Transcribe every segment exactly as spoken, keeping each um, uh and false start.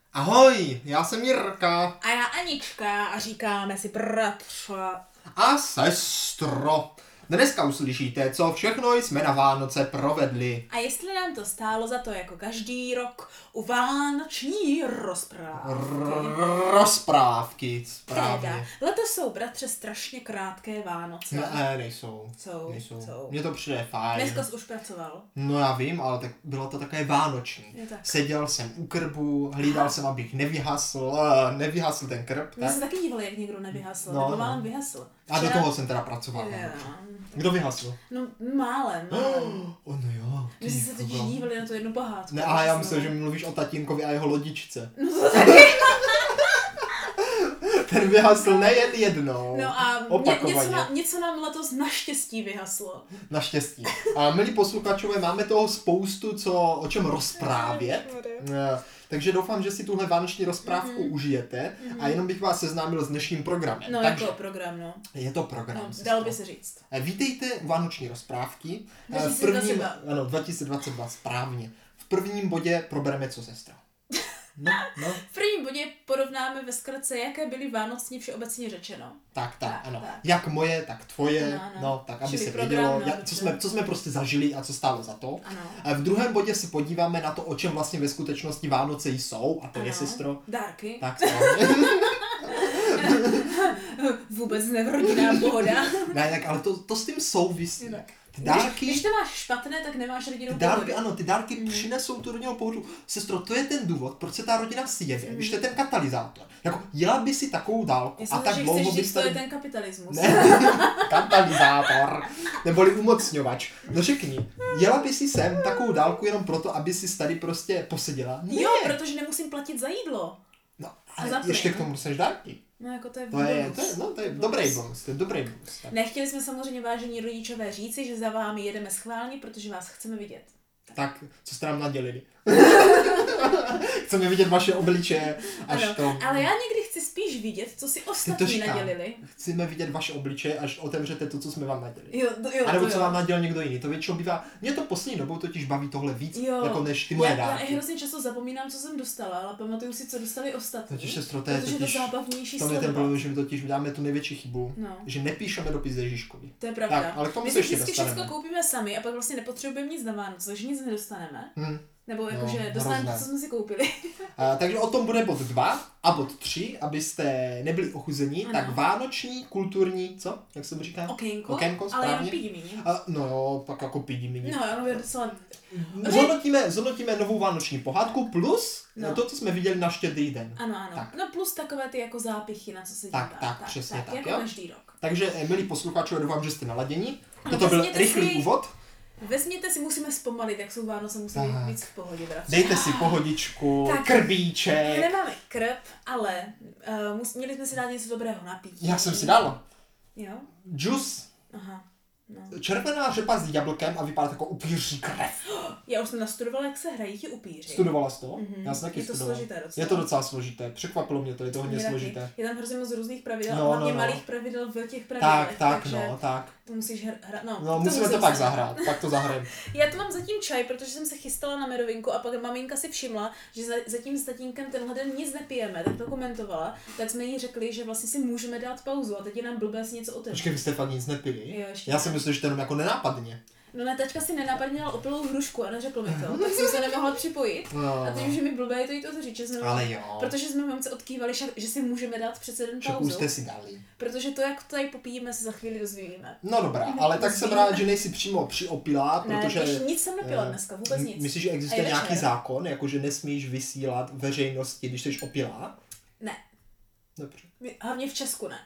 Ahoj, já jsem Jirka. A já Anička a říkáme si bratře. A sestro. Dneska uslyšíte, co všechno jsme na Vánoce provedli. A jestli nám to stálo za to jako každý rok u vánoční rozprávky. Rozprávky, Teda, správně. letos jsou bratře strašně krátké Vánoce. Ne, nejsou. Jsou, nejsou. jsou. Mně to přijde fajn. Dneska jsi už pracoval. No já vím, ale tak bylo to také vánoční. Je tak. Seděl jsem u krbu, hlídal jsem, abych nevyhasl, nevyhasl ten krb. Mě Tak? se taky dívali, jak někdo nevyhasl, No, nebo no. málem vyhasl. A do toho jsem teda pracoval. Je, Kdo vyhasl? no málem, málem. Oh, no jo. My jsme se totiž kogo. dívali na tu jednu pohádku. Ne, a já myslím, že mluvíš o tatínkovi a jeho lodičce. No to taky. Ten vyhasl nejen jednou. No a ně, opakovaně. něco, nám, něco nám letos naštěstí vyhaslo. Naštěstí. A milí posluchačové, máme toho spoustu, co, o čem rozprávět. Eh, Takže doufám, že si tuhle vánoční rozprávku mm-hmm. užijete. Mm-hmm. A jenom bych vás seznámil s dnešním programem. No Takže jako program, no. je to program. no sestro. dalo by se říct. Eh, Vítejte u vánoční rozprávky. Eh, dva V tisíce dvacet prvním, dva. ano, dva tisíce dvacet dva, správně. V prvním bodě probereme, co sestra. No, no, V prvním bodě porovnáme ve zkratce, jaké byly Vánocně všeobecně řečeno. tak, tak, Tak, ano. tak. Jak moje, tak tvoje, Ano, ano. no, tak aby Čili se program, vědělo, no, jak, co, dobře. jsme, co jsme prostě zažili a co stálo za to. Ano. A v druhém bodě se podíváme na to, o čem vlastně ve skutečnosti Vánoce jsou, a to ano. je, sestro. Dárky. Tak, správně. Vůbec nevrodinná pohoda. Ne, tak, ale to, to s tím souvisí. Je tak. Ty Když, dárky, když to máš špatné, tak nemáš rodinnou ty dárky, pohodu. ano, ty dárky Mm. přinesou tu rodinnou pohodu. Sestro, to je ten důvod, proč se ta rodina sjede, Mm. když to je ten katalyzátor. Jako, jela by si takovou dálku Já a jsem tak že dlouho chceš bys říct, to tady... je ten kapitalismus. Ne, katalyzátor, neboli umocňovač. No řekni, jela by si sem takovou dálku jenom proto, aby si tady prostě poseděla? Ne. Jo, protože nemusím platit za jídlo. No, ale za plyn. ještě k tomu dostaneš dárky. No jako to je To je, bonus. to je, no, to je bonus. dobrý bonus, to je dobrý bonus. Tak, Nechtěli jsme samozřejmě, vážení rodičové, říci, že za vámi jedeme schválně, protože vás chceme vidět. tak co jste nám nadělili? Chceme vidět vaše obličeje, až Ano, to... ale já někdy chci spíš vidět, co si Ty to ostatní říkám. nadělili. Chceme vidět vaše obličeje, až otevřete to, co jsme vám nadělili. Jo, to, jo, A nebo to co jo. vám nadělal někdo jiný. To většinou bývá, mě to poslední dobou totiž baví tohle víc, Jo. jako než ty moje já, já dárky. hrozně často zapomínám, co jsem dostala, ale pamatuju si, co dostali ostatní. Totiž, sestro, to je protože totiž... je to zábavnější To je ten sledovat. problém, že my totiž dáme tu největší chybu, No, že nepíšeme dopis Ježíškovi. to je pravda. Tak, ale k tomu My se si ještě vždycky dostaneme. všechno koupíme sami a pak vlastně nepotřebujeme nic na Vánoce, takže nic nedostaneme. Hm. Nebo No, jakože dostaneme to, hrozné. co jsme si koupili. A, takže o tom bude bod dva a bod tři, abyste nebyli ochuzeni, Ano. tak vánoční, kulturní, co? Jak se mu říká? Okénko, Okénko, ale jenom správně. pidi míň. A, no jo, pak jako pidi mini. No, ono je docela... Zhodnotíme, zhodnotíme novou vánoční pohádku plus No. to, co jsme viděli na Štědrý den. Ano, ano. Tak. No plus takové ty jako zápichy, na co se Tak, dívá. tak, přesně tak, jako jo. každý rok. Takže, eh, milí posluchačové, doufám, že jste naladěni. No, Toto byl vezměte rychlý si- úvod. Vezměte si, musíme zpomalit, jak jsou Vánoce, musíme Tak. být víc v pohodě, bratře. Dejte si pohodičku, Tak. krbíček. Nemáme krb, ale uh, mus, měli jsme si dát něco dobrého napít. Já jsem si dal Jo? džus, Aha. No. červená řepa s jablkem a vypadá jako upíří krev. Já už jsem nastudovala, jak se hrají ti upíři. Studovala jsi to? Mhm. Já jsem taky Je to studoval. složité docela. Je to docela složité. Překvapilo mě to, je to hodně Mě taky. složité. Je tam hrozně moc různých pravidel, No, no, hlavně no, no. malých pravidel v těch pravidlech. Tak, tak, takže no, tak. to musíš hr- hrát. No, No, to musíme to musím pak se- zahrát, pak to zahrajeme. Já tu mám zatím čaj, protože jsem se chystala na medovinku a pak maminka si všimla, že za, zatím s tatínkem tenhle den nic nepijeme, tak to komentovala, tak jsme jí řekli, že vlastně si můžeme dát pauzu a teď je nám blbé si něco otevřít. Počkej, vy jste fakt nic nepili? Jo, ještě Já ne. jsem myslel, že to jenom jako nenápadně. No ne, tačka si nenápadně dala opilou hrušku a neřekl mi to, tak jsem se nemohla připojit. No, A teď už je mi blbé to jít otevřít, že jsme, ale jo. protože jsme mamce odkývali, šak- že si můžeme dát přece den Však už pauzu. jste si dali. Protože to, jak tady popijeme, se za chvíli dozvíme. No dobrá, Mhm, ale tak jsem dozvíme. rád, že nejsi přímo přiopilá, Ne, protože... když nic jsem nepila eh, dneska, vůbec nic. Myslíš, že existuje A je nějaký večer. zákon, jako že nesmíš vysílat veřejnosti, když jsi opilá? Ne. Dobře. My- Hlavně v Česku ne.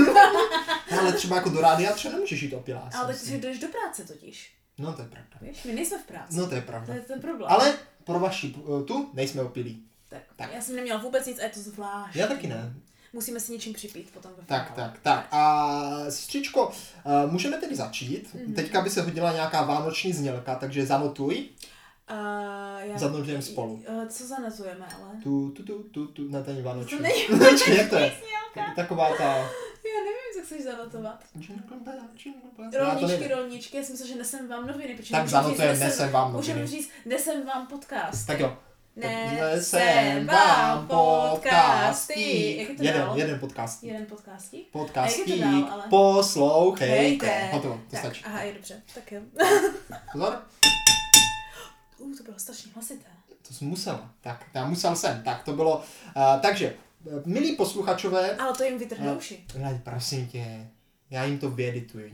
No, ale třeba jako do rádia třeba nemůžeš jít opilá. si Ale teď myslím. si jdeš do práce totiž. No to je pravda. Víš, my nejsme v práci. No to je To pravda. je ten problém. Ale pro vaši eh, tu nejsme opilí. Tak, Tak. já jsem neměla vůbec nic a je to zvlášť. Já taky ne. Musíme si něčím připít potom ve Tak, finále. tak, tak. A sestřičko, uh, můžeme tedy začít. Mhm. Teďka by se hodila nějaká vánoční znělka, takže zanotuj. Uh, já... Zanotujeme spolu. Uh, co zanotujeme, ale? Tu, tu, tu, tu, tu, ne, to není vánoční. To není Počkej, jak to je? znělka. Taková ta... Já nevím, co chceš zanotovat. Jingle bell, jingle bell. Já to Rolníčky, nevím. rolníčky, já jsem myslela, že nesem vám noviny. protože Tak můžeme říct, zanotujeme, nesem- nesem vám Můžeme noviny. říct, nesem vám podcast. Tak jo. Nesem vám podcasty. Jak je to jeden, dál? jeden podcastík. Jeden podcastík? Podcastík. dál, ale? Poslouchejte. Hotovo, to tak, stačí. aha, je dobře, tak jo. Pozor. Uh, to bylo strašně hlasité. To jsem musela. Tak, já musel jsem. Tak to bylo. Uh, takže, milí posluchačové. Ale to jim vytrhne uši. Uh, prosím tě, já jim to vyedituji.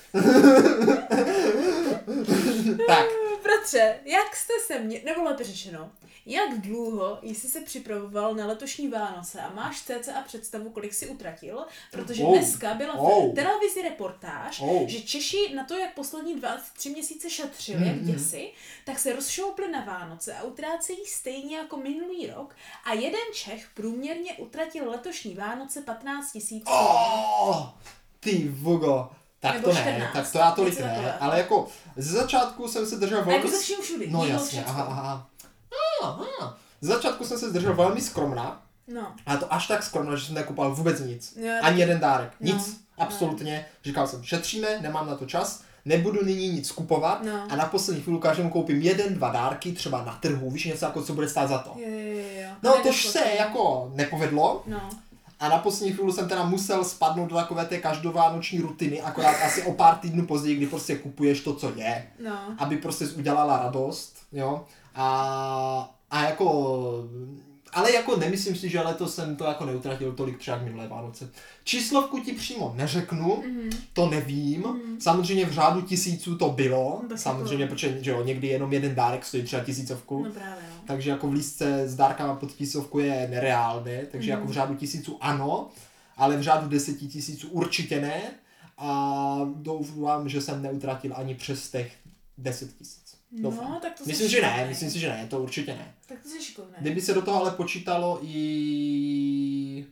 Tak. Bratře, jak jste se mě, nebo lépe řečeno, jak dlouho jsi se připravoval na letošní Vánoce a máš cca představu, kolik jsi utratil, protože oh. dneska byla v oh. televizi reportáž, oh. že Češi na to, jak poslední dva, tři měsíce šetřili, mm, jak děsi, tak se rozšoupli na Vánoce a utrácejí stejně jako minulý rok a jeden Čech průměrně utratil letošní Vánoce patnáct tisíc korun. Oh, ty vogo. Tak Nebo to ne, čtrnáct, tak to já tolik ne, takové. ale jako ze začátku jsem se držel velmi... A jako ze vším všudy, No jídlo, jasně, všecko. aha, aha. aha. Ze začátku jsem se držel velmi skromná, No. a to až tak skromná, že jsem nekupoval vůbec nic. Jo, Ani jeden dárek, no. nic, absolutně. Říkal jsem, šetříme, nemám na to čas, nebudu nyní nic kupovat No. a na poslední chvíli každému koupím jeden, dva dárky, třeba na trhu, víš, něco jako, co bude stát za to. Jo, jo, jo. No tož se jako nepovedlo. No. A na poslední chvíli jsem teda musel spadnout do takové té každovánoční rutiny, akorát asi o pár týdnů později, kdy prostě kupuješ to, co je, No. aby prostě udělala radost, jo. A, a jako, ale jako nemyslím si, že letos jsem to jako neutratil tolik třeba jak minulé Vánoce. Číslovku ti přímo neřeknu, mm-hmm. to nevím, mm-hmm. samozřejmě v řádu tisíců to bylo, no, samozřejmě, to... protože že jo, někdy jenom jeden dárek stojí třeba tisícovku. No právě, no. Takže jako v lístce s dárkama pod tisícovku je nereálné, takže mm. jako v řádu tisíců ano, ale v řádu deseti tisíců určitě ne a doufám, že jsem neutratil ani přes těch deset tisíc. Doufám. No, tak to myslím, že ne, myslím si, že ne, to určitě ne. Tak to jsi šikovný. Kdyby se do toho ale počítalo i...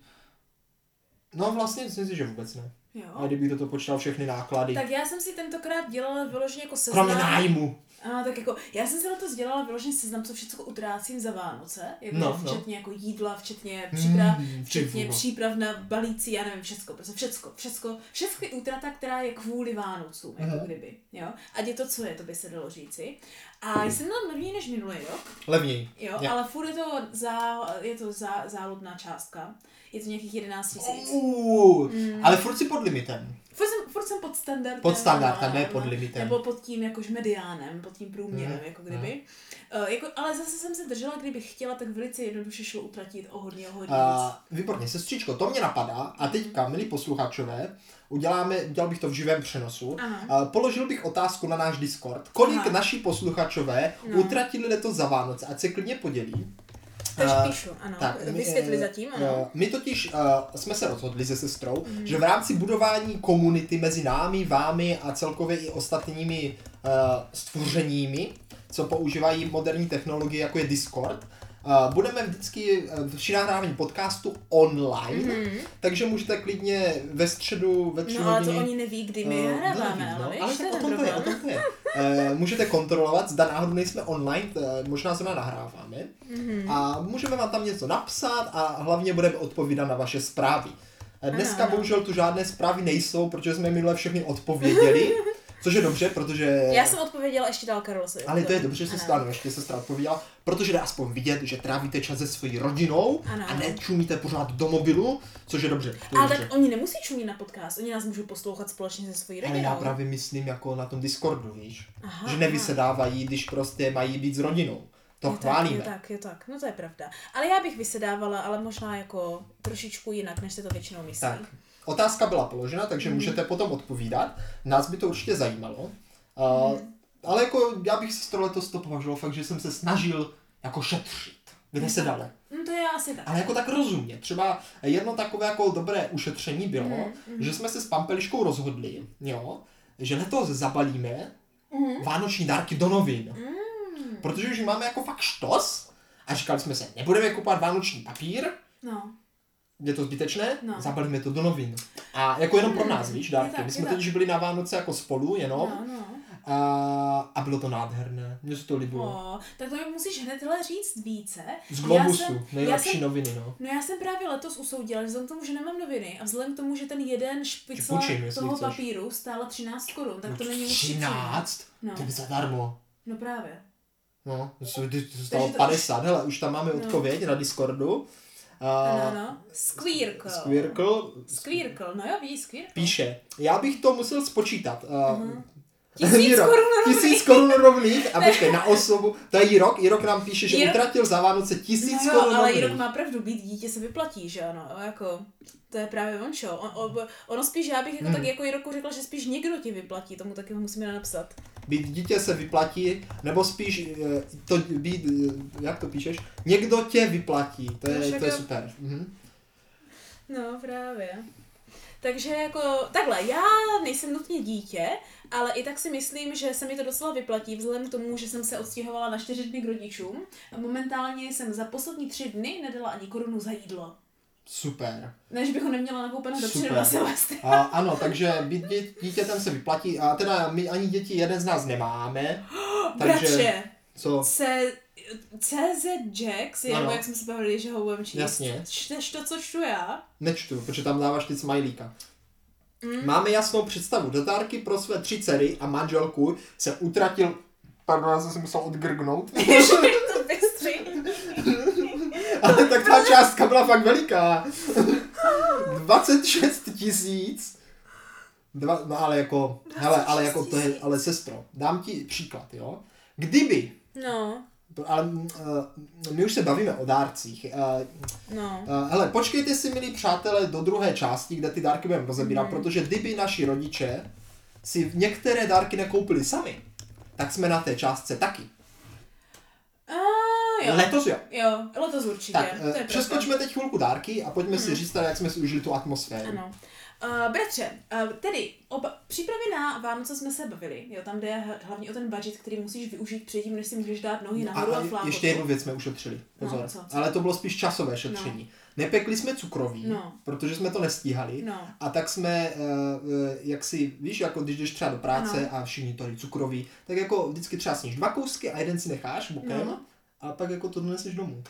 No vlastně myslím si, že vůbec ne. Jo. A kdybych do toho počítal všechny náklady. Tak já jsem si tentokrát dělala vyloženě jako seznam. Kromě nájmu. A tak jako, já jsem si letos dělala vyloženě seznam, co všechno utrácím za Vánoce, jako no, včetně no. jako jídla, včetně příprav, mm, včetně příprav na balící, já nevím, všecko, prostě všecko, všecko, všechny útrata, která je kvůli Vánocům, jako mm. kdyby, jo. Ať je to, co je, to by se dalo říci. A jsem tam levněji než minulý rok. Levněji. Jo, yeah. Ale furt je to, zá, je to zá, záludná částka. Je to nějakých jedenáct tisíc. Uh, mm. Ale furt si pod limitem. Furt jsem, furt jsem pod standardem. Pod standardem, no, ne pod limitem. Nebo pod tím jakož mediánem, pod tím průměrem, mm. jako kdyby. Mm. Uh, jako, ale zase jsem se držela, kdybych chtěla, tak velice jednoduše šlo utratit o hodně, o hodně uh, Výborně, sestřičko, to mě napadá a teďka, milí posluchačové, uděláme, udělal bych to v živém přenosu, uh, položil bych otázku na náš Discord, kolik Aha. naši posluchačové no. utratili letos za Vánoce, ať se klidně podělí. Takže uh, píšu, ano. Tak, vysvětli zatím, ano. Uh, my totiž uh, jsme se rozhodli se sestrou, mm. že v rámci budování komunity mezi námi, vámi a celkově i ostatními uh, stvořeními, co používají moderní technologie, jako je Discord, Uh, budeme vždycky uh, při nahrávání podcastu online, mm-hmm. takže můžete klidně ve středu, ve tři No ale hodiny, to oni neví, kdy my uh, nahráváme, neví, ale no, víš, ale tak o tom to je, o tom to je. Uh, můžete kontrolovat, zda náhodou nejsme online, uh, možná zrovna nahráváme mm-hmm. a můžeme vám tam něco napsat a hlavně budeme odpovídat na vaše zprávy. Uh, dneska ano, bohužel tu žádné zprávy nejsou, protože jsme minule všechny odpověděli. Což je dobře, protože... Já jsem odpověděla ještě dál Karlosovi. Ale to je dobře, že jsi ještě sestra odpověděla, protože jde aspoň vidět, že trávíte čas se svojí rodinou ano. a nečumíte pořád do mobilu, což je dobře. To je ale dobře. tak oni nemusí čumit na podcast, oni nás můžou poslouchat společně se svojí rodinou. Ale já právě myslím jako na tom Discordu, víš, aha, že nevysedávají, když prostě mají být s rodinou. To je chválíme. Tak, je tak, je tak, no to je pravda. Ale já bych vysedávala, ale možná jako trošičku jinak, než se to většinou myslí. Tak. Otázka byla položena, takže mm. můžete potom odpovídat. Nás by to určitě zajímalo. Uh, mm. Ale jako já bych si z tohle to považoval fakt, že jsem se snažil jako šetřit, kde se dalo. No to je asi tak. Ale jako tak rozumně. Třeba jedno takové jako dobré ušetření bylo, mm. že jsme se s Pampeliškou rozhodli, jo, že letos zabalíme mm. vánoční dárky do novin. Mm. Protože už máme jako fakt štos a říkali jsme se, nebudeme kupovat vánoční papír, no. je to zbytečné, no. zabalíme to do novin. A jako jenom pro nás, víš, dárky. Tak, My jsme totiž byli na Vánoce jako spolu, jenom. No, no. A, a bylo to nádherné. Mně se to líbilo. Oh, tak to mi musíš hned říct více. Z Globusu, jsem, nejlepší jsem, noviny, no. No já jsem právě letos usoudila, že vzhledem k tomu, že nemám noviny a vzhledem k tomu, že ten jeden špicl toho papíru stál třináct korun, tak to není moc třináct? No. To by zadarmo. No právě. No, to stalo padesát, hele, už tam máme odpověď no. na Discordu. Uh, ano, ano. Squircle. Squircle. Squircle, no jo, víš, Squircle. Píše, já bych to musel spočítat. Uh, uh-huh. Tisíc korun rovných. Tisíc korun rovných a počkej, na osobu, to je Jirok, Jirok nám píše, že Jirok... utratil za Vánoce tisíc no, korun rovných. Ale Jirok má pravdu, být dítě se vyplatí, že ano, jako, to je právě ončo. On, on, ono spíš, já bych jako hmm. tak jako Jiroku řekla, že spíš někdo ti vyplatí, tomu taky musíme napsat. Být dítě se vyplatí, nebo spíš to být, jak to píšeš, někdo tě vyplatí, to je, no, to je super. Mhm. No právě. Takže jako takhle, já nejsem nutně dítě, ale i tak si myslím, že se mi to docela vyplatí vzhledem k tomu, že jsem se odstěhovala na čtyři dny k rodičům a momentálně jsem za poslední tři dny nedala ani korunu za jídlo. Super. Než bych ho neměla nakoupeno do předu na Silvestra. A, ano, takže být dě, dítětem se vyplatí a teda my ani děti jeden z nás nemáme. takže... Bratře, co? C, CZ Jax, nebo jak jsme se bavili, že ho budeme číst. Jasně. Čteš to, co čtu já? Nečtu, protože tam dáváš ty smajlíka. Mm. Máme jasnou představu. Do dárky pro své tři dcery a manželku se utratil... Pardon, já jsem si musel odgrgnout. to bystří. Ale tak ta částka byla fakt veliká. dvacet šest tisíc. Dva, no ale jako, hele, ale jako to je, ale sestro, dám ti příklad, jo. Kdyby, no. ale uh, my už se bavíme o dárcích. Uh, no. Uh, hele, počkejte si, milí přátelé, do druhé části, kde ty dárky budeme rozebírat, mm. protože kdyby naši rodiče si některé dárky nekoupili sami, tak jsme na té částce taky. Uh, jo. Letos jo. Jo, letos určitě. Tak, uh, přeskočme teď chvilku dárky a pojďme mm. si říct tady, jak jsme si užili tu atmosféru. Ano. Uh, bratře, uh, tedy oba, přípravy na Vánoce jsme se bavili, jo, tam jde hlavně o ten budget, který musíš využít předtím, než si můžeš dát nohy no nahoru a, a flákotu. Ještě jednu věc jsme ušetřili, pozor, no, co, co? ale to bylo spíš časové šetření. No. Nepekli jsme cukroví, no. protože jsme to nestíhali no. a tak jsme, uh, jak si, víš, jako když jdeš třeba do práce no. a všichni to cukroví, tak jako vždycky třeba sníš dva kousky a jeden si necháš bokem no. a pak jako to doneseš domů.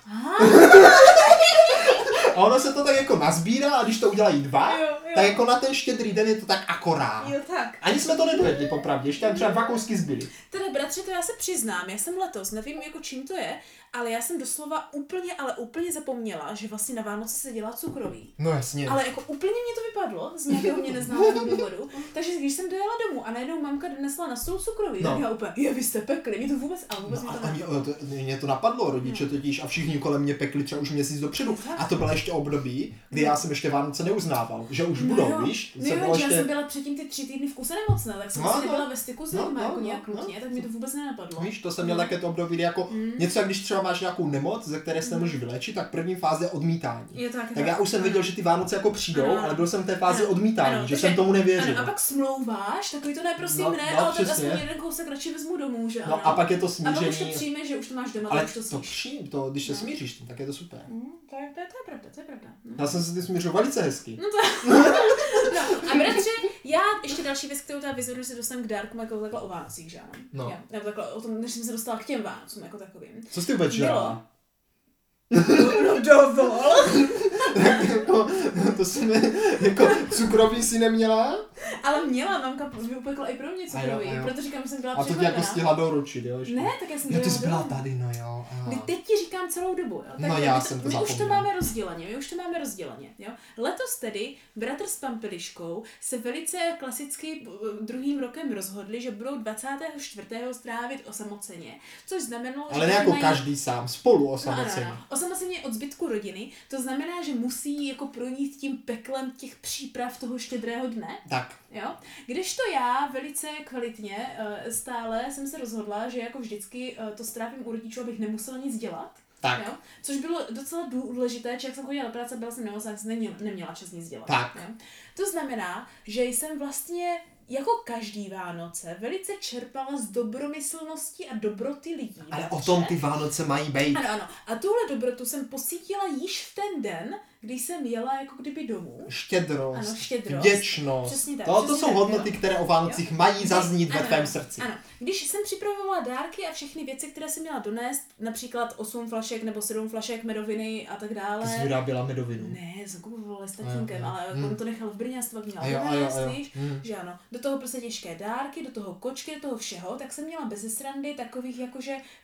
A ono se to tak jako nazbírá a když to udělají dva, jo, jo. tak jako na ten štědrý den je to tak akorát. Jo, tak. Ani jsme to nedojedli popravdě, ještě tam třeba dva kousky zbyly. Teda bratře, to já se přiznám, já jsem letos, nevím jako čím to je, ale já jsem doslova úplně, ale úplně zapomněla, že vlastně na Vánoce se dělá cukroví. No jasně. Ale jako úplně mě to vypadlo, z nějakého mě neznámého důvodu. Takže když jsem dojela domů a najednou mamka donesla na stůl cukroví, no. tak já úplně, je, vy jste pekli, mě to vůbec, ale vůbec no, mě to nepadlo. To, mě to napadlo, rodiče no. totiž a všichni kolem mě pekli třeba už měsíc dopředu. A to bylo ještě období, kdy já jsem ještě Vánoce neuznával, že už budou, no, víš? No jo, ještě... já jsem byla předtím ty tři týdny v kuse nemocná, tak jsem no, si nebyla ve styku s lidmi no, jako no, nějak no, nutně, no, tak mi to vůbec nenapadlo. Víš, to jsem měl no. také to období, jako mm. něco, jak když třeba máš nějakou nemoc, ze které se nemůžeš vylečit, tak první fáze je odmítání. Je tak, tak, tak já už jsem věděl, že ty Vánoce jako přijdou, ano. ale byl jsem v té fázi ano. odmítání, ano, že takže, jsem tomu nevěřil. Ano, a pak smlouváš, takový to ne, prosím, no, ne, no, ale tak aspoň jeden kousek radši vezmu domů, že ano. No a pak je to smíření. A pak už to přijme, že už to máš doma, ale už to to přijím, to, když se no. smíříš, tak je to super. Mm, to, je, to, je, to je pravda, to je pravda. No. Já jsem se ty smířil velice hezky. No to... no, a bratře, já ještě další věc, kterou teda vyzoruji, se dostanu k dárkům jako takhle o Vánocích, že ano. No. Já, nebo takhle o tom, než jsem se dostala k těm Vánocům jako takovým. Co jsi vůbec žrala? No dovol. jako, to jsme, jako cukroví si neměla? Ale měla, mamka upekla i pro mě cukroví, protože říkám, že jsem byla připravená. A to ti jako stihla doručit, jo? Ještě. Ne, tak já jsem jo, ty jsi byla tady, no jo. My teď ti říkám celou dobu, jo. Tak no já jsem to my zapomněl. už to máme rozděleně, my už to máme rozděleně, jo. Letos tedy bratr s Pampeliškou se velice klasicky druhým rokem rozhodli, že budou dvacátého čtvrtého strávit osamoceně, což znamenalo, ale že ne jako mají... každý sám, spolu osamoceně. No, no, no. Osamoceně od zbytku rodiny, to znamená, že musí jako projít tím peklem těch příprav toho štědrého dne. Tak. Jo? Kdežto já velice kvalitně stále jsem se rozhodla, že jako vždycky to strávím u rodičů, abych nemusela nic dělat. Tak. Jo? Což bylo docela důležité, že jak jsem chodila do práce, byla jsem nemocná, jsem neměla, neměla čas nic dělat. Tak. Jo? To znamená, že jsem vlastně jako každý Vánoce velice čerpala z dobromyslnosti a dobroty lidí. Ale o tom ty Vánoce mají být. Ano, ano. A tuhle dobrotu jsem pocítila již v ten den, když jsem jela jako kdyby domů. Štědrost, ano, štědrost. vděčnost. Přesně tak. To, přesně to jsou tak, hodnoty, jo. které o Vánocích jo. mají zaznít ano, ve tvém srdci. Ano. Když jsem připravovala dárky a všechny věci, které jsem měla donést, například osm flašek nebo sedm flašek medoviny a tak dále. Ty jsi vyráběla medovinu. Ne, zakupovala s tatínkem, ale hmm. on to nechal v Brně, to pak měla donést, víš, hmm. že ano. Do toho prostě těžké dárky, do toho kočky, do toho všeho, tak jsem měla bez srandy takových jakože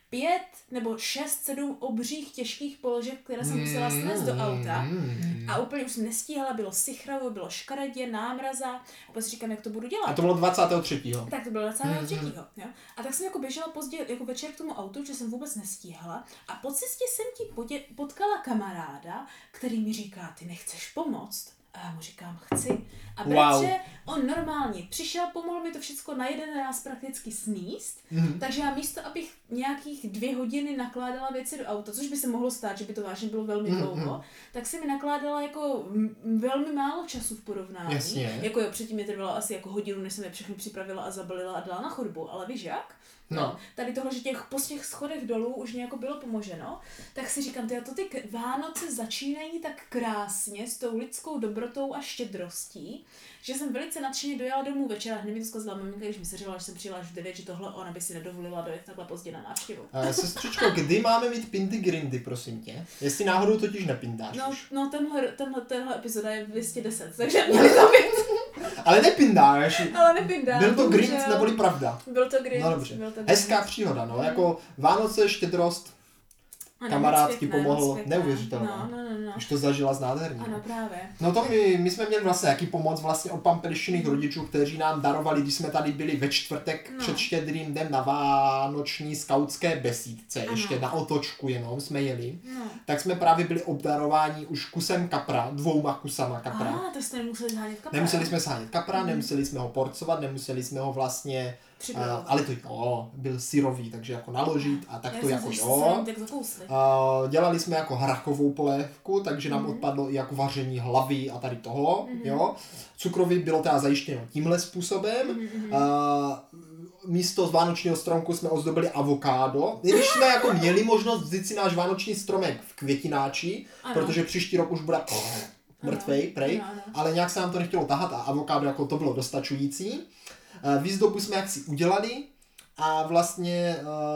pět nebo šest, sedm obřích těžkých položek, které jsem musela snést do auta a úplně už jsem nestíhala, bylo sichravo, bylo škaredě, námraza a pak si říkám, jak to budu dělat. A to bylo dvacátého třetího Tak to bylo dvacátého třetího Jo? A tak jsem jako běžela pozdě, jako večer k tomu autu, že jsem vůbec nestíhala a po cestě jsem ti podě- potkala kamaráda, který mi říká, ty nechceš pomoct? A já mu říkám, chci. A bratře, wow. on normálně přišel, pomohl mi to všechno na jeden ráz prakticky sníst, mm-hmm. takže já místo, abych nějakých dvě hodiny nakládala věci do auta, což by se mohlo stát, že by to vážně bylo velmi mm-hmm. dlouho, tak si mi nakládala jako m- velmi málo času v porovnání. Jasně. Jako jo, předtím mi trvalo asi jako hodinu, než jsem je všechny připravila a zabalila a dala na chodbu, ale víš jak? No. Tady tohle, že těch, po těch schodech dolů už nějak bylo pomoženo, tak si říkám, tyjo, to ty Vánoce začínají tak krásně s tou lidskou dobrotou a štědrostí, že jsem velice nadšeně dojela domů večera, hned mi to zkazila maminka, když mi se říkala, že jsem přijela až v devět, že tohle ona by si nedovolila dojet takhle pozdě na návštěvu. Uh, sestřičko, kdy máme mít pindy grindy, prosím tě? Jestli náhodou totiž nepindáš No, už. no tenhle, tenhle, tenhle epizoda je dvě stě deset, takže měli to být. Ale nepindáš. Ale nepindám. Byl to grind, neboli pravda. Byl to grind. No dobře. Byl to grind. Hezká příhoda, no, mm. jako Vánoce, štědrost, ano, kamarád ti pěkné, pomohl, neuvěřitelné. No, no, no, no. Už to zažila znádherně. Ano, právě. No to my, my jsme měli vlastně jaký pomoc vlastně od pampelištěných rodičů, kteří nám darovali, když jsme tady byli ve čtvrtek no. před Štědrým dnem na vánoční skautské besídce, ano. ještě na otočku jenom jsme jeli, no. tak jsme právě byli obdarováni už kusem kapra, dvouma kusama kapra. Ah, to jste nemuseli shánět kapra. Nemuseli jsme shánět kapra, mm. nemuseli jsme ho porcovat, nemuseli jsme ho vlastně Uh, ale to jo, byl syrový, takže jako naložit a tak já to jako jo. Uh, dělali jsme jako hrachovou polévku, takže nám mm. odpadlo i jako vaření hlavy a tady toho, mm. jo. Cukroví bylo teda zajištěno tímhle způsobem. Mm. Uh, místo z vánočního stromku jsme ozdobili avokádo. I když jsme jako měli možnost vzít si náš vánoční stromek v květináči, ano. protože příští rok už bude mrtvej, prej, ano, ano. ale nějak se nám to nechtělo tahat a avokádo jako to bylo dostačující. Výzdobu jsme jaksi udělali a vlastně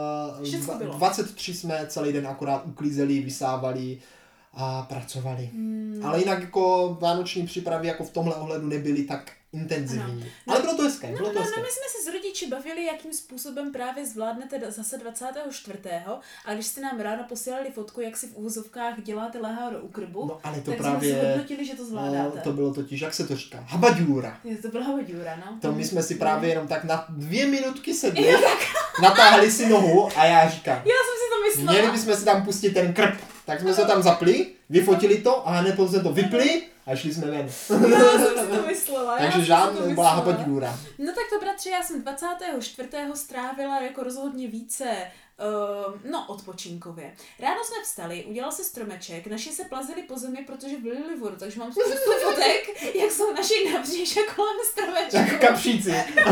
uh, dvacet tři jsme celý den akorát uklízeli, vysávali a pracovali. Hmm. Ale jinak jako vánoční přípravy jako v tomhle ohledu nebyly tak intenzivní. No. Ale bylo to hezké. No, bylo to no, hezké. no, my jsme se s rodiči bavili, jakým způsobem právě zvládnete zase dvacátého čtvrtého A když jste nám ráno posílali fotku, jak si v úvozovkách děláte lehá do ukrbu, no, ale to tak právě, jsme se hodnotili, že to zvládáte. No, to bylo totiž, jak se to říká, habaďůra. Je, to byla habaďůra, no. To my jsme si právě jenom tak na dvě minutky sedli, natáhli si nohu a já říkám. Já jsem si to myslela. Měli bychom si tam pustit ten krb. Tak jsme se tam zapli, vyfotili to a hned jsme to vypli a šli jsme ven. Já jsem si to myslela. Takže žádná byla habaďůra. No tak to bratře, já jsem dvacátého čtvrtého strávila jako rozhodně více Uh, no, odpočinkově. Ráno jsme vstali, udělal se stromeček, naši se plazili po zemi, protože vylili vodu, takže mám spoustu fotek, jak jsou naši na břiše kolem stromečku. Jak kapříci.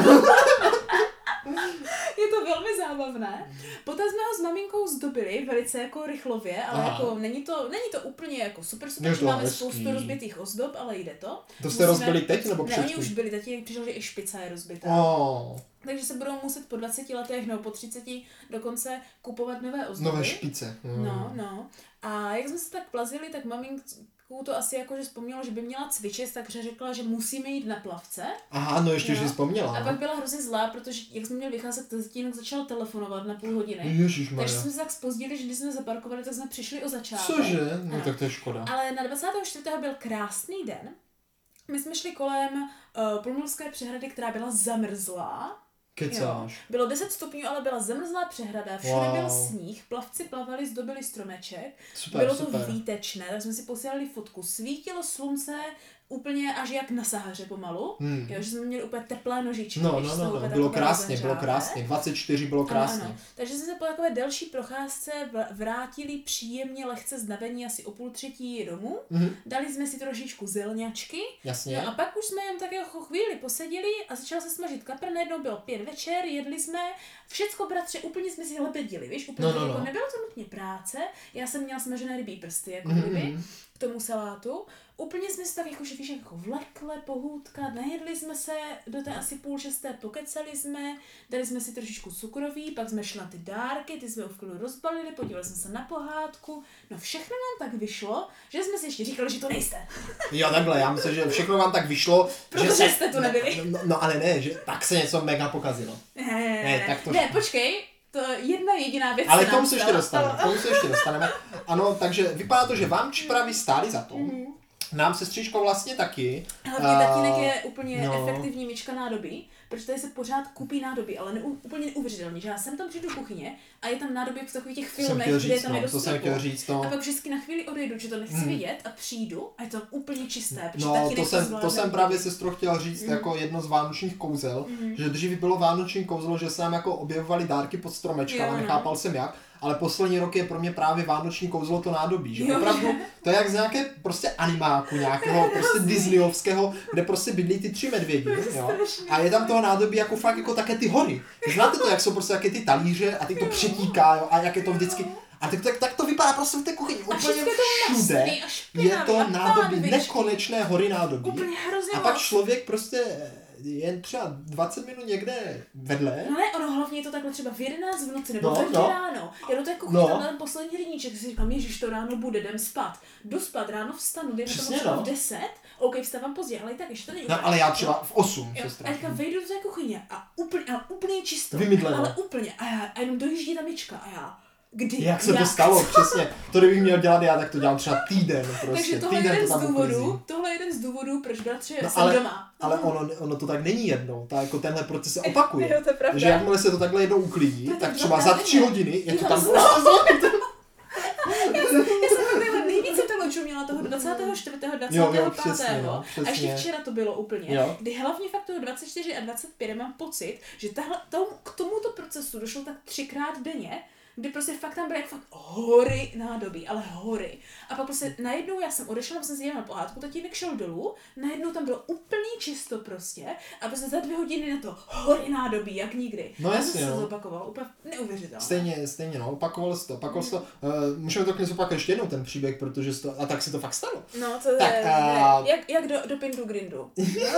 Je to velmi zábavné. Poté jsme ho s maminkou zdobili velice jako rychlově, ale Aha. jako není to, není to úplně jako super super, že máme hezký. Spoustu rozbitých ozdob, ale jde to. To jste Musíme... rozbili teď nebo předtím? Ne, oni už byli, teď přišel, že i špica je rozbitá. Oh. Takže se budou muset po dvaceti letech nebo po třiceti dokonce kupovat nové ozdoby. Nové špice. Mm. No, no. A jak jsme se tak plazili, tak maminku to asi jakože vzpomnělo, že by měla cvičit, takže řekla, že musíme jít na plavce. Aha, no ještě, no. že vzpomněla. A pak byla hrozně zlá, protože jak jsme měli vycházet, tak tatínek začal telefonovat na půl hodiny. Ježišmarja. Takže jsme se tak zpozdili, že když jsme zaparkovali, tak jsme přišli o začátek. Cože? No ano. Tak to je škoda. Ale na dvacátého čtvrtého byl krásný den. My jsme šli kolem uh, Plumlovské přehrady, která byla zamrzlá. Kecáš. Bylo deset stupňů, ale byla zamrzlá přehrada, všude wow. byl sníh, plavci plavali, zdobili stromeček, super, bylo to super. Výtečné, tak jsme si posílali fotku, svítilo slunce úplně až jak na Sahaře pomalu, hmm. jo, že jsme měli úplně teplé nožičky. No, no, no, no. bylo krásně, bylo krásně, dvacet čtyři bylo krásně. Ano, ano. Takže jsme se po takové delší procházce vrátili příjemně lehce znavení asi o půl třetí domů, mm-hmm. dali jsme si trošičku zelňačky. Jasně. No a pak už jsme jen tak jako chvíli posedili a začala se smažit kapr, najednou bylo pět večer, jedli jsme, všecko bratře, úplně jsme si lebedili, víš, úplně no, no, jako no. nebylo to nutně práce, já jsem měla smažené rybí prsty, jako mm-hmm. ryby, k tomu salátu. Úplně jsme se tak jako, že víš, jako vlekle, pohůdka, najedli jsme se, do té asi půl šesté pokecali jsme, dali jsme si trošičku cukroví, pak jsme šli na ty dárky, ty jsme v klidu rozbalili, podívali jsme se na pohádku, no všechno nám tak vyšlo, že jsme si ještě říkali, že to nejste. Jo, takhle, já myslím, že všechno vám tak vyšlo, protože že se... jste tu nebyli. No, no, ale ne, že tak se něco mega pokazilo. Ne, ne, ne, ne, tak to... ne počkej. To je jedna jediná věc. Ale k tomu se ještě dostaneme. K tomu se ještě dostaneme. Ano, takže vypadá to, že vám přípravy stály za to. Mm-hmm. Nám sestřičko vlastně taky. Hlavně tatínek je úplně no. efektivní myčka nádobí, protože tady se pořád kupí nádobí, ale ne, úplně neuvěřitelně, že já jsem tam přijdu do kuchyně a je tam nádobí v takových těch filmech, říct, kde je tam no, je dost to jsem chtěl říct, no. A pak vždycky na chvíli odejdu, že to nechci hmm. vidět a přijdu a je to úplně čisté. No to jsem, to jsem právě sestro chtěl říct mm. jako jedno z vánočních kouzel, mm. že dřív bylo vánoční kouzlo, že se nám jako objevovaly dárky pod stromečkama, nechápal jsem jak. Ale poslední rok je pro mě právě vánoční kouzlo to nádobí, že jo, opravdu, to je jak z nějaké prostě animáku nějakého, prostě disneyovského, kde prostě bydlí ty tři medvědi, jo, a je tam toho nádobí jako fakt jako také ty hory. Znáte to, jak jsou prostě jaké ty talíře a ty to přetíká, jo, a jak je to vždycky, a tak, tak, tak to vypadá prostě v té kuchyni, úplně všude je to nádobí, nekonečné hory nádobí. A pak člověk prostě jen třeba dvacet minut někde vedle. No ne, ono hlavně je to takhle třeba v jedenáct v noci nebo no, v no. ráno. Já do té kuchyně no. tam ten poslední rybníček, si říkám, ježiš, to ráno bude, jdem spát. Jdu spát, ráno vstanu, jdem to třeba no. v deset, ok, vstávám pozdě, ale i tak ještě to není. No, ale já třeba v osm. A teďka vejdu do té kuchyně a úplně, a úplně čisto. Vymydlené. Ale úplně, a já, a jenom dojíždí ta myčka a já. Kdy? Jak se jak? to stalo, přesně. To kdybych měl dělat já, tak to dělám třeba týden prostě. Takže tohle týden jeden to z důvodů, tohle je jeden z důvodů, proč bratře no, jsem ale, doma. Ale ono, ono to tak není jednou, tak jako tenhle proces se opakuje. Jo, to je pravda. Že jakmile se to takhle jednou uklidí, to tak třeba za tři hodiny je to tam prostě Já jsem takhle nejvíce toho měla toho dvacátého čtvrtého dvacátého pátého a ještě včera to bylo úplně, jo. Kdy hlavně fakt toho dvacet čtyři a dvacet pět mám pocit, že tahle, tom, k tomuto procesu došlo tak třikrát denně, kdy prostě fakt tam byly jak fakt hory nádobí, ale hory. A pak prostě najednou já jsem odešla, jsem si dělala pohádku, tatínek šel dolů, najednou tam bylo úplný čisto prostě a prostě za dvě hodiny na to hory nádobí, jak nikdy. No jasně, a to se no. zopakovalo, úplně neuvěřitelné. Stejně, stejně, no, opakovalo se to, opakovalo se to. Uh, můžeme to klidně zopakovat ještě jednou ten příběh, protože to, a tak se to fakt stalo. No, to tak, je, uh... jak, jak do, do Pindu Grindu.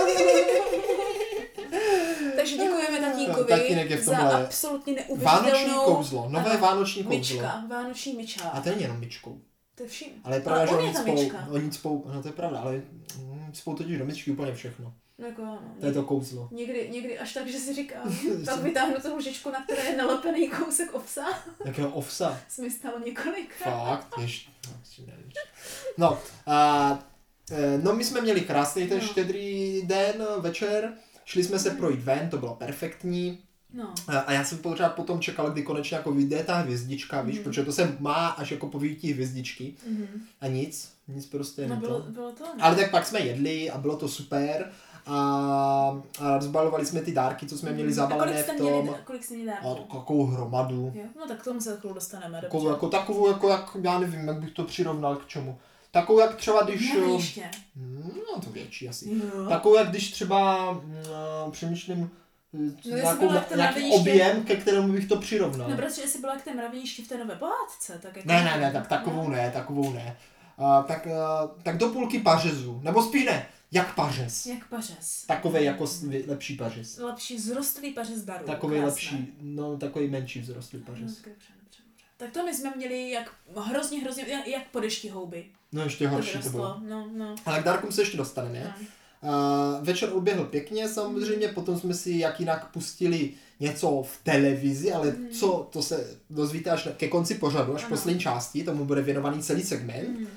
Takže děkujeme tatínkovi za absolutně neuvěřitelnou vánoční kouzlo, nové ano, vánoční kouzlo. Myčka, vánoční myčka. A to není jenom myčkou. To je vším. Ale je pravda, že oni spou, oni spou, no to je pravda, ale spou totiž do myčky úplně všechno. No jako ano. To je to kouzlo. Někdy, někdy až tak, že si říkám, tak vytáhnu tu lžičku, na které je nalepený kousek ovsa. Jakého ovsa? Se mi stalo několikrát. Fakt? Ještě, nevím. No, a, no my jsme měli krásný ten no. štědrý den, večer. Šli jsme se projít ven, to bylo perfektní. No. A já jsem pořád potom čekal, kdy konečně jako vyjde ta hvězdička, víš, mm. protože to se má až jako po vyjití hvězdičky. Mm. A nic, nic prostě no, ne bylo, to. bylo to. Ne? Ale tak pak jsme jedli a bylo to super. A, a rozbalovali jsme ty dárky, co jsme měli zabalené v tom. Měli, kolik jste měli dárků? A takovou hromadu. Jo? No tak k tomu se takovou dostaneme. Takovou, jako, takovou, jako, jak, já nevím, jak bych to přirovnal k čemu. Takovou jak třeba když... Nevíště. No to větší asi. Jo. Takovou jak když třeba no, přemýšlím no, nějakou, nějaký objem, ke kterému bych to přirovnal. No protože jestli byla k té mraveništi v té nové pohádce, tak jako... Ne, ne, ne, tak takovou ne, takovou ne. Uh, tak, uh, tak do půlky pařezu, nebo spíš ne, jak pařez. Jak pařez. Takovej jako lepší pařez. Lepší vzrostlý pařez darů. Takovej lepší, no takový menší vzrostlý pařez. No, dobře, dobře, dobře. Tak to my jsme měli jak hrozně, hrozně, jak, jak po dešti houby. No ještě horší to bylo. No, no. Ale k dárkům se ještě dostaneme. No. Uh, večer uběhl pěkně samozřejmě, potom jsme si jak jinak pustili něco v televizi, ale mm. co, to se dozvíte až ke konci pořadu, až v poslední části, tomu bude věnovaný celý segment. Mm.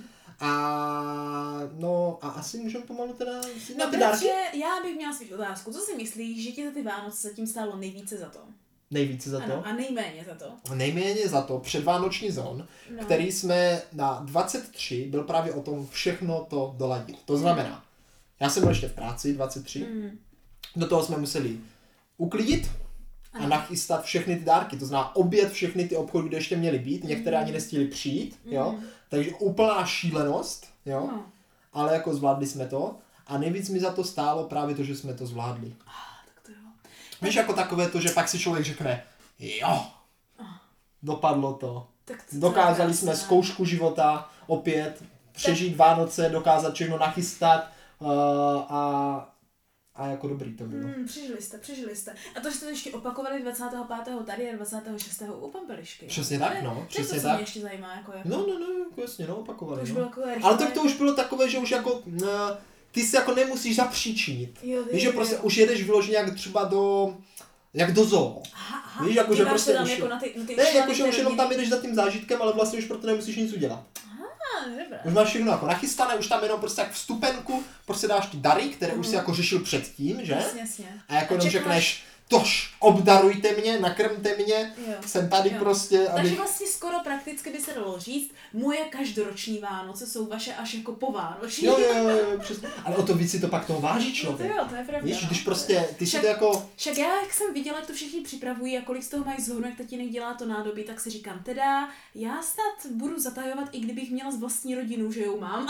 A no a asi můžeme pomalu teda si no, na ty dárky. Já bych měla svých otázku, co si myslíš, že ti za ty Vánoce zatím stálo nejvíce za to? Nejvíce za to? Ano, a nejméně za to? Nejméně za to předvánoční zón, no. Který jsme na dvacet tři byl právě o tom všechno to doladit. To znamená, já jsem byl ještě v práci dvacet tři, mm. do toho jsme museli uklidit ano. A nachystat všechny ty dárky, to znamená obět všechny ty obchody, kde ještě měly být, některé mm. ani nestihly přijít, mm. jo, takže úplná šílenost, jo, no. Ale jako zvládli jsme to a nejvíc mi za to stálo právě to, že jsme to zvládli. Ah, tak to jo. Víš, jako takové to, že pak si člověk řekne, jo, dopadlo to, tak to dokázali jsme zkoušku života opět, přežít tak. Vánoce, dokázat všechno nachystat uh, a A jako dobrý to bylo. Hmm, přežili jste, přežili jste. A to, že jste ještě opakovali dvacátého pátého tady a dvacátého šestého u Pampelišky. Přesně tak, no. Přesně to, co tak. mě ještě zajímá. Jako, jako... No, no, no, jako jasně, no, opakovali. To už no. bylo jako ale tak to už bylo takové, že už jako, uh, ty si jako nemusíš zapříčinit. Jo, víš, že prostě už jedeš vyloženě jak třeba do, Jak do zoo. Aha, aha. Víš, jakože prostě tam už... jako na ty, na ty ne, jakože už jenom tam jdeš za tím zážitkem, ale vlastně už pro to nemusíš nic udělat. Aha, dobré. Už máš všechno jako nachystané, už tam jenom prostě jak vstupenku, prostě dáš ty dary, které mm. už si jako řešil předtím, že? Jasně, jasně. A jako a jenom čekáš... řekneš, tož, obdarujte mě, nakrmte mě, jo. jsem tady jo. prostě, aby... Takže vlastně skoro prakticky by se dalo říct, moje každoroční Vánoce jsou vaše až jako po Vánoční. Jo, jo, jo, přesně. Ale o to víc si to pak toho váží člověk. No to jo, to je pravda. Víš, když prostě, ty však, si to jako... Však já, jak jsem viděla, jak to všichni připravují a kolik z toho mají zhodu, jak tatínek dělá to nádobí, tak si říkám, teda, já snad budu zatajovat, i kdybych měla z vlastní rodinu, že ju mám.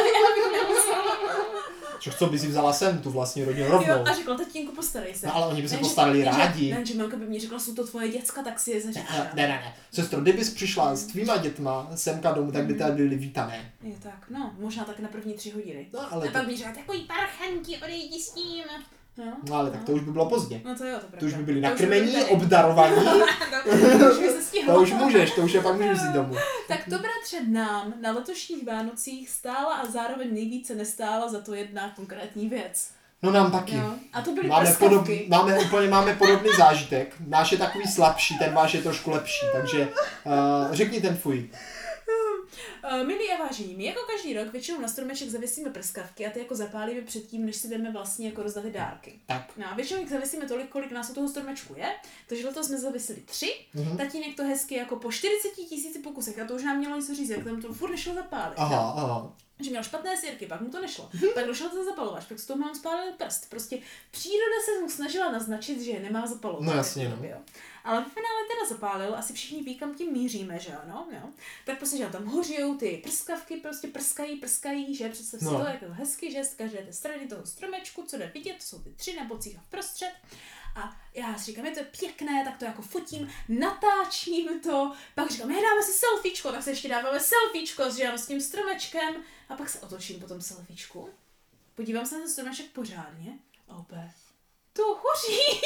Čo, co by si vzala sem, tu vlastní rodinu rovnou? Jo, a řekla, tatínku, postarej se. No ale oni by se ne, postarali že, rádi. Ne, že mamka by mi řekla, jsou to tvoje děcka, tak si je zařídíš. Ne, ne, ne, ne. Sestro, kdybys přišla s tvýma dětma semka domů, tak by tady byly vítané. Je tak, no, možná tak na první tři hodiny. No, ale a to... pak mi řekla, takový parchanti, odejdi s ním. No, no ale tak to už by bylo pozdě. No to jo, to pravda. To už by byli to nakrmení, by byli obdarovaní. to už by se stihlo. To už můžeš, to už je pak můžeš vzít domů. Tak to bratře nám na letošních Vánocích stála a zároveň nejvíce nestála za to jedna konkrétní věc. No nám taky. Jo. A to byly máme, podob, prskavky. máme úplně máme podobný zážitek. Náš je takový slabší, ten váš je trošku lepší, takže uh, řekni ten tvůj. Uh, milí a vážení, my jako každý rok většinou na stromeček zavěsíme prskavky a ty jako zapálíme předtím, než si jdeme vlastně jako rozdat ty dárky. Tak. No a většinou jich zavěsíme tolik, kolik nás u toho stromečku je, takže letos jsme zavěsili tři, mm-hmm. tatínek to hezky jako po čtyřiceti tisíci pokusech a to už nám mělo něco říct, jak tam to furt nešlo zapálit. Aha, aha. Že měl špatné sirky, pak mu to nešlo. Mm-hmm. Pak došel ten zapalovač, pak s toho mám spálil prst. Prostě příroda se mu snažila naznačit, že nemá zapalovat. No jasně, no. Jo. Ale v finále teda zapálil, asi všichni ví, kam tím míříme, že ano, jo. Tak prostě, že tam hořijou ty prskavky, prostě prskají, prskají, že představ si no. to jako hezky, že z každé té strany toho stromečku, co jde vidět, to jsou ty tři na bocích a vprostřed. A já si říkám, je to pěkné, tak to jako fotím, natáčím to, pak říkám, my dáme si selfiečko, tak se ještě dáváme selfiečko s, že, s tím stromečkem a pak se otočím po tom selfiečku, podívám se na ten stromeček pořádně a opět, to hoří.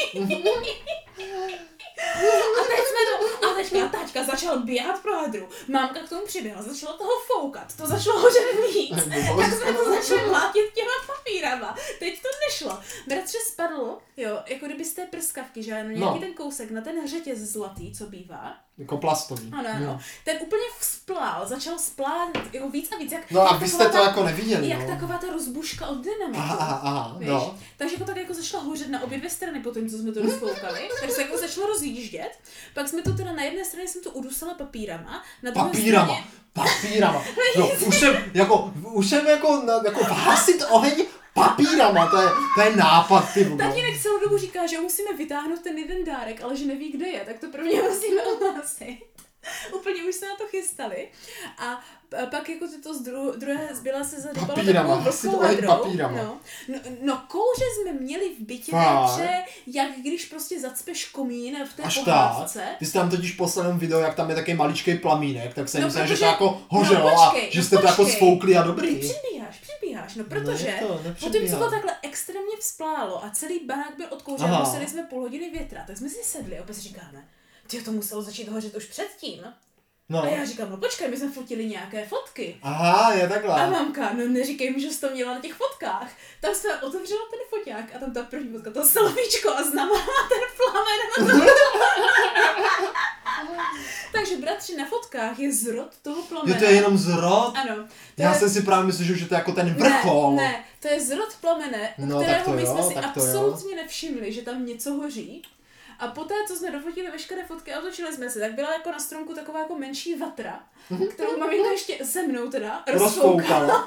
A teď jsme to, a teďka taťka začal běhat pro hadru, mámka k tomu přiběhla, začala toho foukat, to začalo hořet víc, tak jsme to začali mlátit těma papírama, teď to nešlo. Bratře spadlo, jo, jako kdyby z té prskavky, že no, nějaký no. ten kousek na ten řetěz zlatý, co bývá. Jako plastový. Ano, ano. No. Ten úplně vzplál, začal splát jako víc a víc. Jak, no a jak vy jste to ta, jako neviděli, Jak no. taková ta rozbuška od dynamitu. Aha, aha, aha, no. Takže jako tak jako začala hořet na obě dvě strany po tom, co jsme to rozfoukali. Takže se jako začalo rozjíždět. Pak jsme to teda na jedné straně jsem to udusala papírama, na druhé papírama. straně... Papírama. No, už jsem jako, už jsem jako, jako hasit oheň papírama, to je, to je nápad, ty vůbec. Tatínek celou dobu říká, že musíme vytáhnout ten jeden dárek, ale že neví, kde je, tak to prvně musíme ohlásit. Úplně už se na to chystali. A pak jako to z dru- druhé zbyla se zadopala papírama, takovou vlhkou papírama. No. No, no kouře jsme měli v bytě takže jak když prostě zacpeš komín v té pohádce. Ty jste tam totiž poslal video, jak tam je takový maličký plamínek, tak jsem no, myslel, že to jako no, hořelo počkej, a že no, jste počkej. to jako sfoukli a dobrý. Ty předbíháš, předbíháš, no protože to, potom, co to takhle extrémně vzplálo a celý barák byl odkouřen, museli jsme půl hodiny větra, tak jsme si sedli a opět říkáme, ty to muselo začít hořet už předtím. No. A já říkám, no počkej, my jsme fotili nějaké fotky. Aha, je takhle. A mamka, no neříkej mi, že jsi to měla na těch fotkách. Tam jsme otevřela ten foťák a tam ta první fotka, to selfiečko a znamená ten plamen. Takže bratři, na fotkách je zrod toho plamene. Jo, to je jenom zrod? Ano. Já je... jsem si právě myslel, že to je jako ten vrchol. Ne, ne, to je zrod plamene, u no, kterého my jo, jsme si absolutně jo. nevšimli, že tam něco hoří. A poté, co jsme dofotili veškeré fotky a otočili jsme se, tak byla jako na stromku taková jako menší vatra, kterou maminka ještě se mnou teda rozfoukala.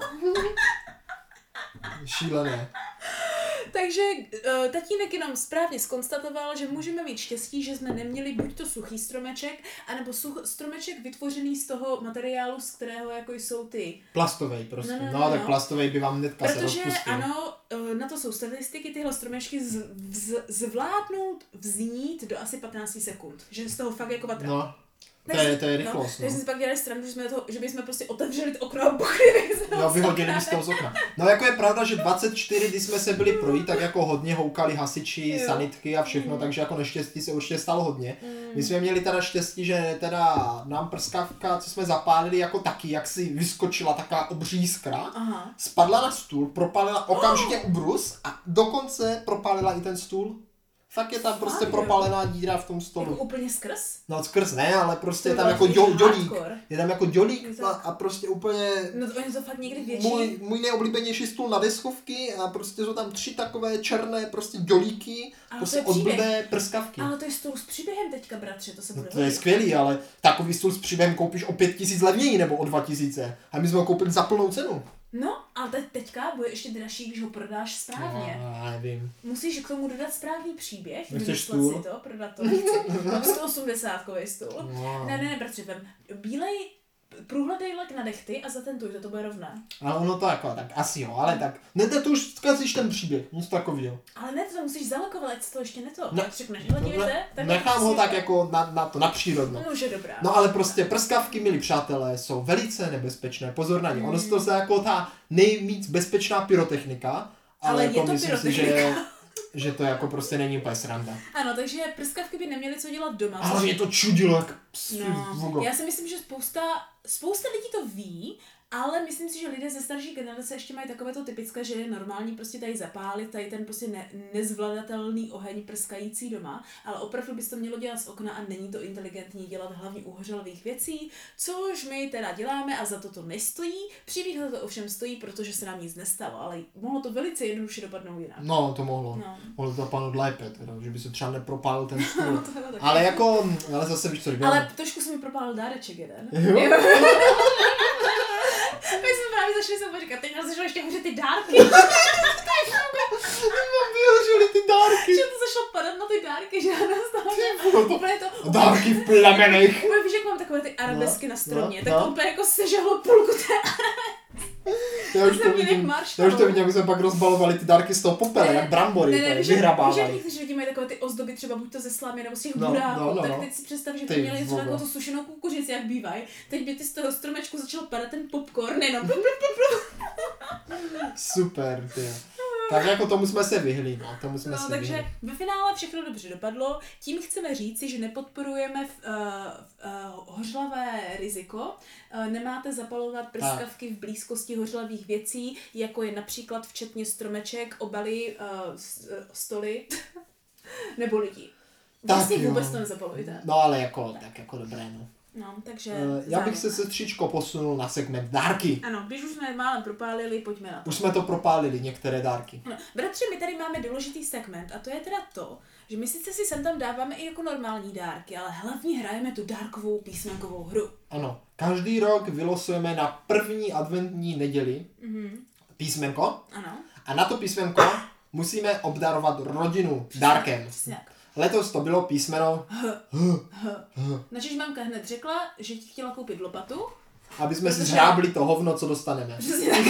Šílené. Takže uh, tatínek jenom správně zkonstatoval, že můžeme mít štěstí, že jsme neměli buď to suchý stromeček, anebo such, stromeček vytvořený z toho materiálu, z kterého jako jsou ty... Plastovej prostě. No, no, no, no tak no. plastovej by vám hnedka se Protože rozpustil. ano, uh, na to jsou statistiky, tyhle stromečky z, z, zvládnout vznít do asi patnáct sekund. Že z toho fakt jako vatra. No. To je, to je rychlost, no. Takže jsme si pak dělali stranu, že, jsme to, že bychom prostě otevřeli to okno a buchli no, vyhodili z toho z okna. No jako je pravda, že dvacet čtyři, když jsme se byli projít, tak jako hodně houkali hasiči, jo. sanitky a všechno, mm. takže jako neštěstí se určitě stalo hodně. Mm. My jsme měli teda štěstí, že teda nám prskavka, co jsme zapálili, jako taky, jak si vyskočila taková obří jiskra, Aha. spadla na stůl, propálila okamžitě oh. ubrus a dokonce propálila i ten stůl. Fakt je tam Fakt, prostě jo. propálená díra v tom stolu. Jako úplně skrz? No skrz ne, ale prostě je To tam jako bylo děl, dělík. hardcore. Je tam jako dělík Je to- a, a prostě úplně No to oni to fakt někdy větší. můj, můj nejoblíbenější stůl na deskovky a prostě jsou tam tři takové černé prostě dělíky, Ale prostě to je od příběh. blbé prskavky. Ale to je stůl s příběhem teďka, bratře, to se No bude to je hodit. skvělý, ale takový stůl s příběhem koupíš o pět tisíc levněji nebo o dva tisíce. A my jsme ho koupili za plnou cenu. No, ale te- teďka bude ještě dražší, když ho prodáš správně. No, já nevím. Musíš k tomu dodat správný příběh, Nechceš vymyslet stůl? si to, prodat to, nechci. Mám sto osmdesátkový stůl. No. Ne, ne, ne, bratře, vem bílej průhledej lak na dechty a zatentuj to, to bude rovné. Ale ono to jako, tak asi jo, ale tak. Ne, ne, to už zkazíš ten příběh, nic takového. Ale ne, to musíš zalakovat, ať se to ještě neto. Ne. Jak řekneš, hele, dívejte, tak Nechám ho tak jako na, na to, na přírodno. No, že dobrá. No ale prostě prskavky, milí přátelé, jsou velice nebezpečné, pozor na ně. Ono se to zdá jako ta nejvíc bezpečná pyrotechnika, ale, Ale jako je to myslím si, že, pyrotechnika. že to jako prostě není úplně sranda. Ano, takže prskavky by neměly co dělat doma. Ale což- mě to čudilo, jak psi, No, já si myslím, že spousta, spousta lidí to ví, ale myslím si, že lidé ze starší generace ještě mají takové to typické, že je normální prostě tady zapálit, tady ten prostě ne, nezvladatelný oheň prskající doma, ale opravdu bys to mělo dělat z okna a není to inteligentní dělat hlavně u hořlavých věcí, což my teda děláme a za to to nestojí. Příběh za to ovšem stojí, protože se nám nic nestalo, ale mohlo to velice jednoduše dopadnout jinak. No, to mohlo. No. Mohlo to dopadnout lépe, teda, že by se třeba nepropálil ten stůl. No, to bylo taky. Ale jako, ale zase víš co, říkám. Ale trošku se mi propálil dáreček jeden. Jo? My jsme právě zašli se počkat, teď nás zašlo ještě hořet ty dárky. Vyhořily ty dárky. Že to zašlo padat na ty dárky, že já nastala. vole, Úplně to... Dárky v plamenech. Úplně víš, jak mám takové ty arabesky No, na stromě, no, tak no. to úplně jako sežehlo půlku té... Já už to jsem jinak vidím, marštal. já už to vidím, jak jsme pak rozbalovali ty dárky z toho popele, jak brambory, ne, ne, ne, víš, jak- víš, jak vyhrabávali. někteří lidi mají takové ty ozdoby, třeba buď to ze slámy nebo z těch No, buráků, no, no, tak no. teď si představ, že Ty by měli třeba vole. takovou tu sušenou kukuřici, jak bývají. Teď by ty z toho stromečku začal padat ten popcorn, nejenom Super, ty. Tak jako tomu jsme se vyhli, no, tomu jsme No, se takže vyhli. ve finále všechno dobře dopadlo. Tím chceme říci, že nepodporujeme v, uh, uh, hořlavé riziko. Uh, nemáte zapalovat prskavky v blízkosti hořlavých věcí, jako je například včetně stromeček, obaly, uh, s- uh, stoly nebo lidi. Vlastně Tak jo. vůbec to nezapalujte. No ale jako, tak jako dobré, no. No, takže Uh, já bych se zájem. sestřičko posunul na segment dárky. Ano, když už jsme málem propálili, pojďme na to. Už jsme to propálili, některé dárky. No, bratře, my tady máme důležitý segment a to je teda to, že my sice si sem tam dáváme i jako normální dárky, ale hlavně hrajeme tu dárkovou písmenkovou hru. Ano, každý rok vylosujeme na první adventní neděli Mhm. písmenko Ano. a na to písmenko musíme obdarovat rodinu dárkem. Přesně tak. Letos to bylo písmeno, Načež mamka hned řekla, že ti chtěla koupit lopatu. aby jsme si Protože- zhrábli to hovno, co dostaneme. Přesně tak.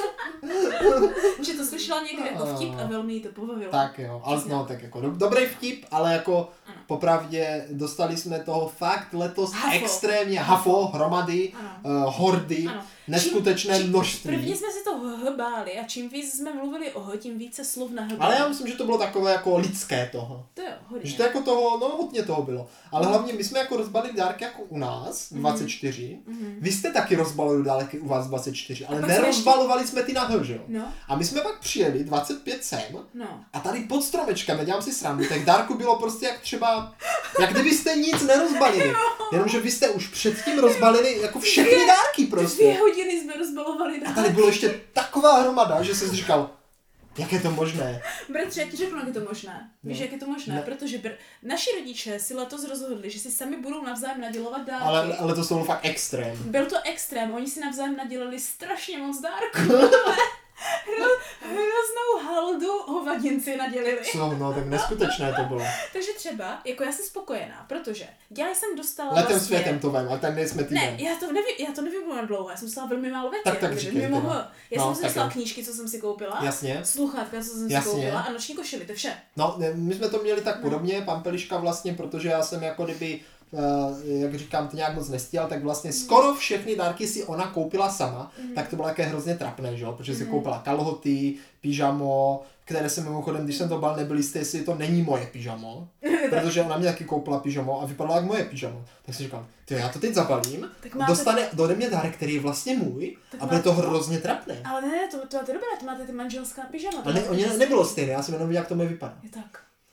Že to slyšela někde jako vtip a velmi jí to pobavilo. Tak jo, ale Přesně no tak jako do, dobrý vtip, ale jako Ano. popravdě dostali jsme toho fakt letos Hafo. extrémně hafo, hromady, Ano. uh, hordy, Ano. neskutečné Čím- čím- množství. Prvně jsme si to h báli a čím víc jsme mluvili o h, tím více slov na h. Ale já myslím, že to bylo takové jako lidské toho. To jo, hodně. Že to jako toho, no hodně toho bylo. Ale hlavně my jsme jako rozbalili dárky jako u nás, dvacet čtyři. Mhm. Vy jste taky rozbalili dárky u vás dvacet čtyři, ale A pak jsme nerozbalovali jsme ty na H, že jo? No, A my jsme pak přijeli dvacet pět sem no. a tady pod stromečkem, nedělám si srandu, těch dárků bylo prostě jak třeba, jak kdybyste nic nerozbalili. Jenomže vy jste už předtím rozbalili jako všechny dárky Dvě prostě. hodiny jsme rozbalovali A dárky. tady bylo ještě taková hromada, že jsi říkal, jak je to možné? Bratře, já ti řeknu, jak je to možné. Víš, No. jak je to možné? Ne. Protože br- naši rodiče si letos rozhodli, že si sami budou navzájem nadělovat dárky. Ale, ale to bylo fakt extrém. Byl to extrém, oni si navzájem nadělali strašně moc dárků. Hro, hroznou haldu hovadinci nadělili. Co, no tak neskutečné to bylo. Takže třeba, jako já jsem spokojená, protože já jsem dostala Letem vlastně... světem to vem, ale ten nejsme týden. Ne, já to nevím, já to nevím dlouho, já jsem dostala velmi málo věcí. Tak, tak jakože říkej mimo teda. H. Já No, jsem tak dostala jo. knížky, co jsem si koupila. Jasně. Sluchátka, co jsem si Jasně. koupila a noční košily, to je vše. No, ne, my jsme to měli tak No. podobně, Pampeliška vlastně, protože já jsem jako kdyby, uh, jak říkám, to nějak moc nestíhal, tak vlastně skoro všechny dárky si ona koupila sama, Mhm. tak to bylo také hrozně trapné, že jo, protože si Mhm. koupila kalhoty, pyžamo, které jsem mimochodem, když jsem to bal, nebyl jistý, jestli to není moje pyžamo, protože ona mě taky koupila pyžamo a vypadalo jak moje pyžamo. Tak jsem říkal, ty já to teď zabalím, Tak máte- dostane ode mě dárek, který je vlastně můj Tak a bude máte- to hrozně trapné. Ale ne, to, to máte dobré, to máte ty manželská pyžama. to Ale ne, máte oni prostě- nebylo stejné, já jsem jenom viděl, jak to mi vypadá. Je tak.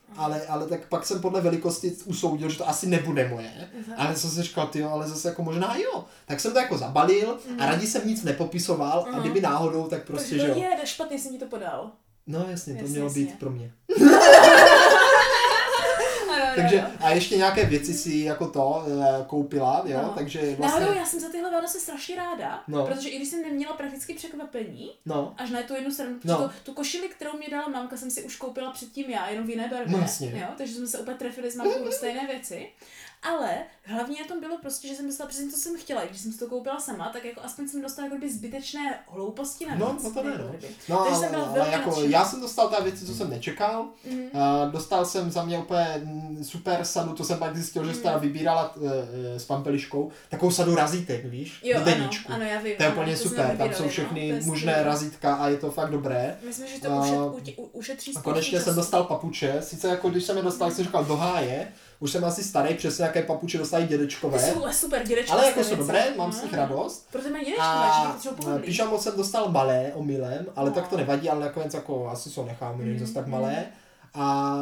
ale, ale tak pak jsem podle velikosti usoudil, že to asi nebude moje. Uh-huh. Ale jsem si říkal, tyjo, ale zase jako možná jo. Tak jsem to jako zabalil uh-huh. a raději jsem nic nepopisoval uh-huh. a kdyby náhodou, tak prostě, takže že jo. je, špatně jsem ti to podal. No jasně, to jasně, mělo jasně. být pro mě. ano, takže no. a ještě nějaké věci si jako to e, koupila, jo, no. takže vlastně... Náhodou, já jsem za tyhle Vánoce strašně ráda, no. protože i když jsem neměla prakticky překvapení, no. až na tu jednu stranu, no. tu, tu košili, kterou mě dala mamka, jsem si už koupila předtím já, jenom v jiné barvě, no, jasně. jo, takže jsme se úplně trefili s mamkou do stejné věci. Ale hlavně na tom bylo prostě, že jsem dostala přesně to, co jsem chtěla. Když jsem si to koupila sama, tak jako aspoň jsem dostala jako zbytečné hlouposti navíc. No, no to ne, no. no takže ale, jsem byla ale jako já jsem dostal ta věci, co jsem nečekal. Mm. Uh, dostal jsem za mě úplně super sadu, to jsem pak zjistil, že jsi teda vybírala uh, s Pampeliškou, takovou sadu razítek, víš? Jo, do deníčku. Ano, ano, já vím. To je ano, úplně super, tam jsou všechny no, možné razítka a je to fakt dobré. Myslím, že to uh, ušet, u, ušetří a konečně jsem dostal papuče, sice jako když jsem je dostal, jsem říkal do háje, už jsem asi starý, přesně jaké papuče dostali dědečkové. Jsou super dědečkové. Ale jako jsou dobré, mám z nich radost. Proto mají dědečkové, že to třeba pohodlí. Pyžamo jsem dostal malé omylem, ale no. tak to nevadí, ale nakonec jako asi jsou nechám, není zase tak malé. A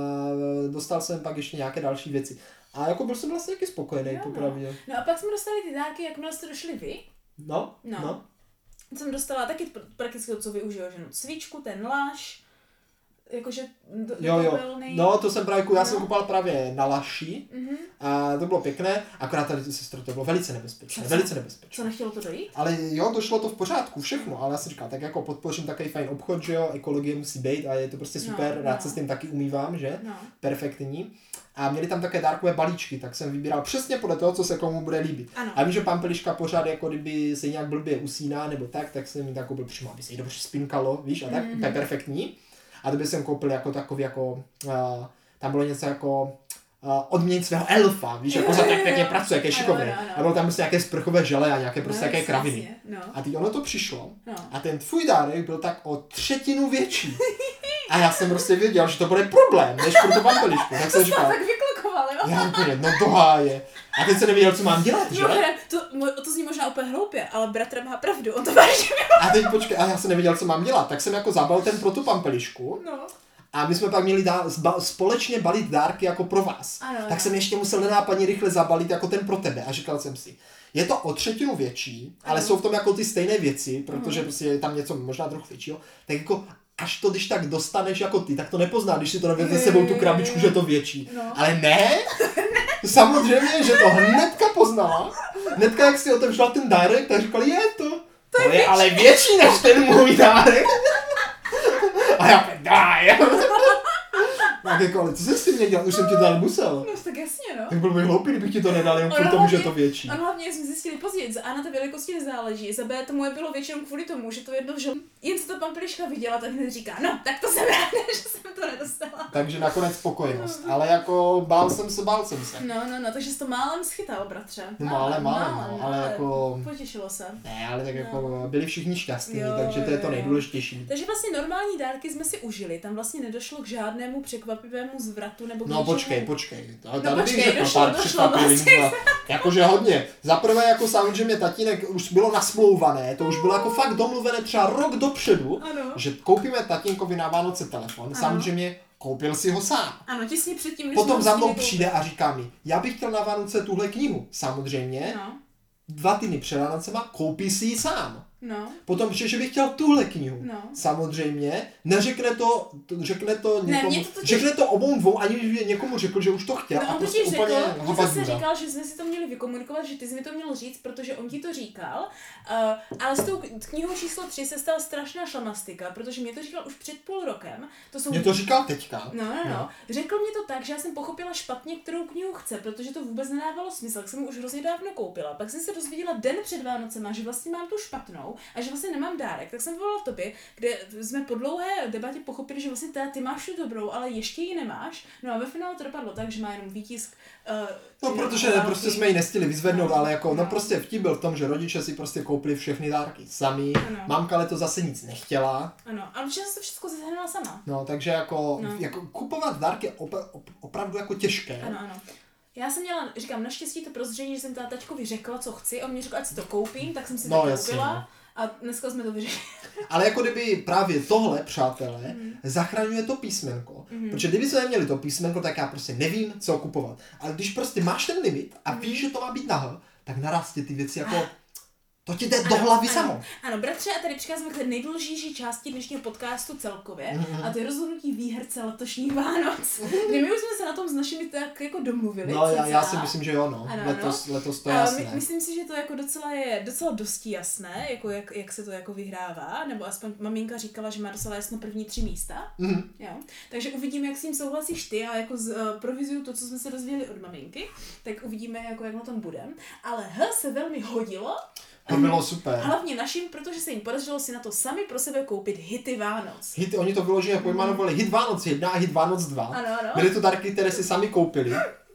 dostal jsem pak ještě nějaké další věci. A jako byl jsem vlastně taky spokojený, jo, popravdě. No. no a pak jsme dostali ty dárky, jakmile jste došli vy. No, no. no. Jsem dostala taky prakticky to, co využil, že no, svíčku, ten láš, jakože do, jo, jo. nej... No to jsem právě, já no. jsem kupoval právě na laši mm-hmm. a to bylo pěkné, akorát tady ty sestro, to bylo velice nebezpečné, co, velice nebezpečné. Co, nechtělo to dojít? Ale jo, došlo to v pořádku, všechno, ale já jsem říkal, tak jako podpořím takový fajn obchod, že jo, ekologie musí být a je to prostě super, no, rád no. se s tím taky umývám, že, no. perfektní. A měli tam také dárkové balíčky, tak jsem vybíral přesně podle toho, co se komu bude líbit. Ano. A vím, že Pampeliška pořád jako kdyby se nějak blbě usíná nebo tak, tak jsem jí tak koupil přímo, aby se jí dobře spinkalo, víš, a tak, mm-hmm. to je perfektní. A to by jsem koupil jako takový jako, uh, tam bylo něco jako uh, odměnit svého elfa, víš, jako za tak pěkně pracuje, jak je šikovný. A bylo tam prostě nějaké sprchové žele a nějaké prostě no, nějaké kraviny. No. A teď ono to přišlo no. a ten tvůj dárek byl tak o třetinu větší. A já jsem prostě věděl, že to bude problém, než pro tu Pampelišku. Tak jsem říkal, tak vyklokoval, jo? Já úplně, no do háje. A teď jsem nevěděl, co mám dělat, že? No, to, to zní možná úplně hloupě, ale bratr má pravdu, on to vážně A teď počkej, a já jsem nevěděl, co mám dělat, tak jsem jako zabal ten pro tu Pampelišku. No. A my jsme pak měli dá, zba, společně balit dárky jako pro vás. Ano, tak no. jsem ještě musel nenápadně rychle zabalit jako ten pro tebe. A říkal jsem si, je to o třetinu větší, ano. ale jsou v tom jako ty stejné věci, protože prostě je tam něco možná trochu většího. Tak jako až to když tak dostaneš jako ty, tak to nepozná, když si to nevěděl se sebou tu krabičku, že je to větší. No. Ale ne, samozřejmě, že to hnedka poznala. Hnedka jak si otevřela ten dárek, tak říkali, je to. To, to je, je ale větší než ten můj dárek. A já daj. Tak jako, ale co jsi s tím nedělal? Už jsem ti to dal musel. No tak jasně, no. Tak byl bych hloupý, kdybych ti to nedal jenom kvůli tomu, že je to větší. Ano, hlavně jsme zjistili později, za A na té velikosti nezáleží, za B to moje bylo většinou kvůli tomu, že to jedno žil. Jen co to Pampeliška viděla, tak hned říká, no, tak to jsem ráda, že jsem to nedostala. Takže nakonec spokojenost, ale jako bál jsem se, bál jsem se. No, no, no, takže jsi to málem schytal, bratře. No málem, málem, no, ale jako... Potěšilo se. Ne, ale tak jako no. byli všichni šťastní, jo, takže to je to jo. nejdůležitější. Takže vlastně normální dárky jsme si užili, tam vlastně nedošlo k žádnému překvapivému zvratu nebo k No něčemu... počkej, počkej, no, tady počkej, bych řekl došlo, pár došlo, překvapivých, jakože hodně. Zaprvé jako samozřejmě tatínek už bylo nasmlouvané, to už bylo jako fakt domluvené třeba rok dopředu, ano. že koupíme tatínkovi na Vánoce telefon, ano. samozřejmě koupil si ho sám. Ano, těsně předtím, než potom za mnou přijde a říká mi, já bych chtěl na Vánoce tuhle knihu, samozřejmě, no. dva týdny před Vánocema koupí si ji sám. No. Potom přijde, že bych chtěl tuhle knihu. No. Samozřejmě, neřekne to, to řekne to někomu, ne, to totiž... řekne to obou dvou, aniž by někomu řekl, že už to chtěl. No, a on prostě totiž úplně řekl, on zase havadura. říkal, že jsme si to měli vykomunikovat, že ty jsi mi to měl říct, protože on ti to říkal, uh, ale s tou knihou číslo tři se stala strašná šlamastika, protože mě to říkal už před půl rokem. To jsou... Mě to říkal teďka. No, no, no, no. Řekl mě to tak, že já jsem pochopila špatně, kterou knihu chce, protože to vůbec nedávalo smysl, tak jsem ji už hrozně dávno koupila. Pak jsem se dozvěděla den před Vánocema, že vlastně mám tu špatnou a že vlastně nemám dárek, tak jsem volala tobě, kde jsme po dlouhé debatě pochopili, že vlastně teda ty máš tu dobrou, ale ještě ji nemáš. No a ve finále to dopadlo tak, že má jenom výtisk. Uh, no protože ne, prostě jsme ji nestihli vyzvednout, no, ale jako, no, no prostě vtip byl v tom, že rodiče si prostě koupili všechny dárky sami, ano. Mamka ale to zase nic nechtěla. Ano, ale protože jsem to všechno zehnala sama. No, takže jako, no. jako kupovat dárky je op, op, opravdu jako těžké. Ano, ano. Já jsem měla, říkám, naštěstí to prozření, že jsem teda taťkovi řekla, co chci, on mi řekl, ať si to koupím, tak jsem si no, to jasně, koupila. No. A dneska jsme to vyřešili. Ale jako kdyby právě tohle, přátelé, mm. zachraňuje to písmenko. Mm. Protože kdyby jsme neměli to písmenko, tak já prostě nevím, co kupovat. Ale když prostě máš ten limit a víš, mm. že to má být naho, tak naraz ty věci jako... To ti jde ano, do hlavy ano, samo. Ano, bratře, a tady přicházíme k té nejdůležitější části dnešního podcastu celkově, mm-hmm. a to je rozhodnutí výherce letošních Vánoc. Kdy my už jsme se na tom s našimi tak jako domluvili. No, já, já si myslím, že jo, no. Ano, letos, ano. letos to je jasné. My, myslím si, že to jako docela je docela dosti jasné, jako jak, jak se to jako vyhrává, nebo aspoň maminka říkala, že má docela jasno první tři místa. Mm-hmm. Jo. Takže uvidíme, jak s tím souhlasíš ty, a jako z, uh, provizuju to, co jsme se dozvěděli od maminky, tak uvidíme, jako jak na tom budem. Ale H se velmi hodilo. To bylo super. Hlavně našim, protože se jim podařilo si na to sami pro sebe koupit hity Vánoc. Hity, oni to vyloženě pojmenovali hit Vánoc jedna a hit Vánoc dva. Ano, ano. Byly to dárky, které si sami koupili.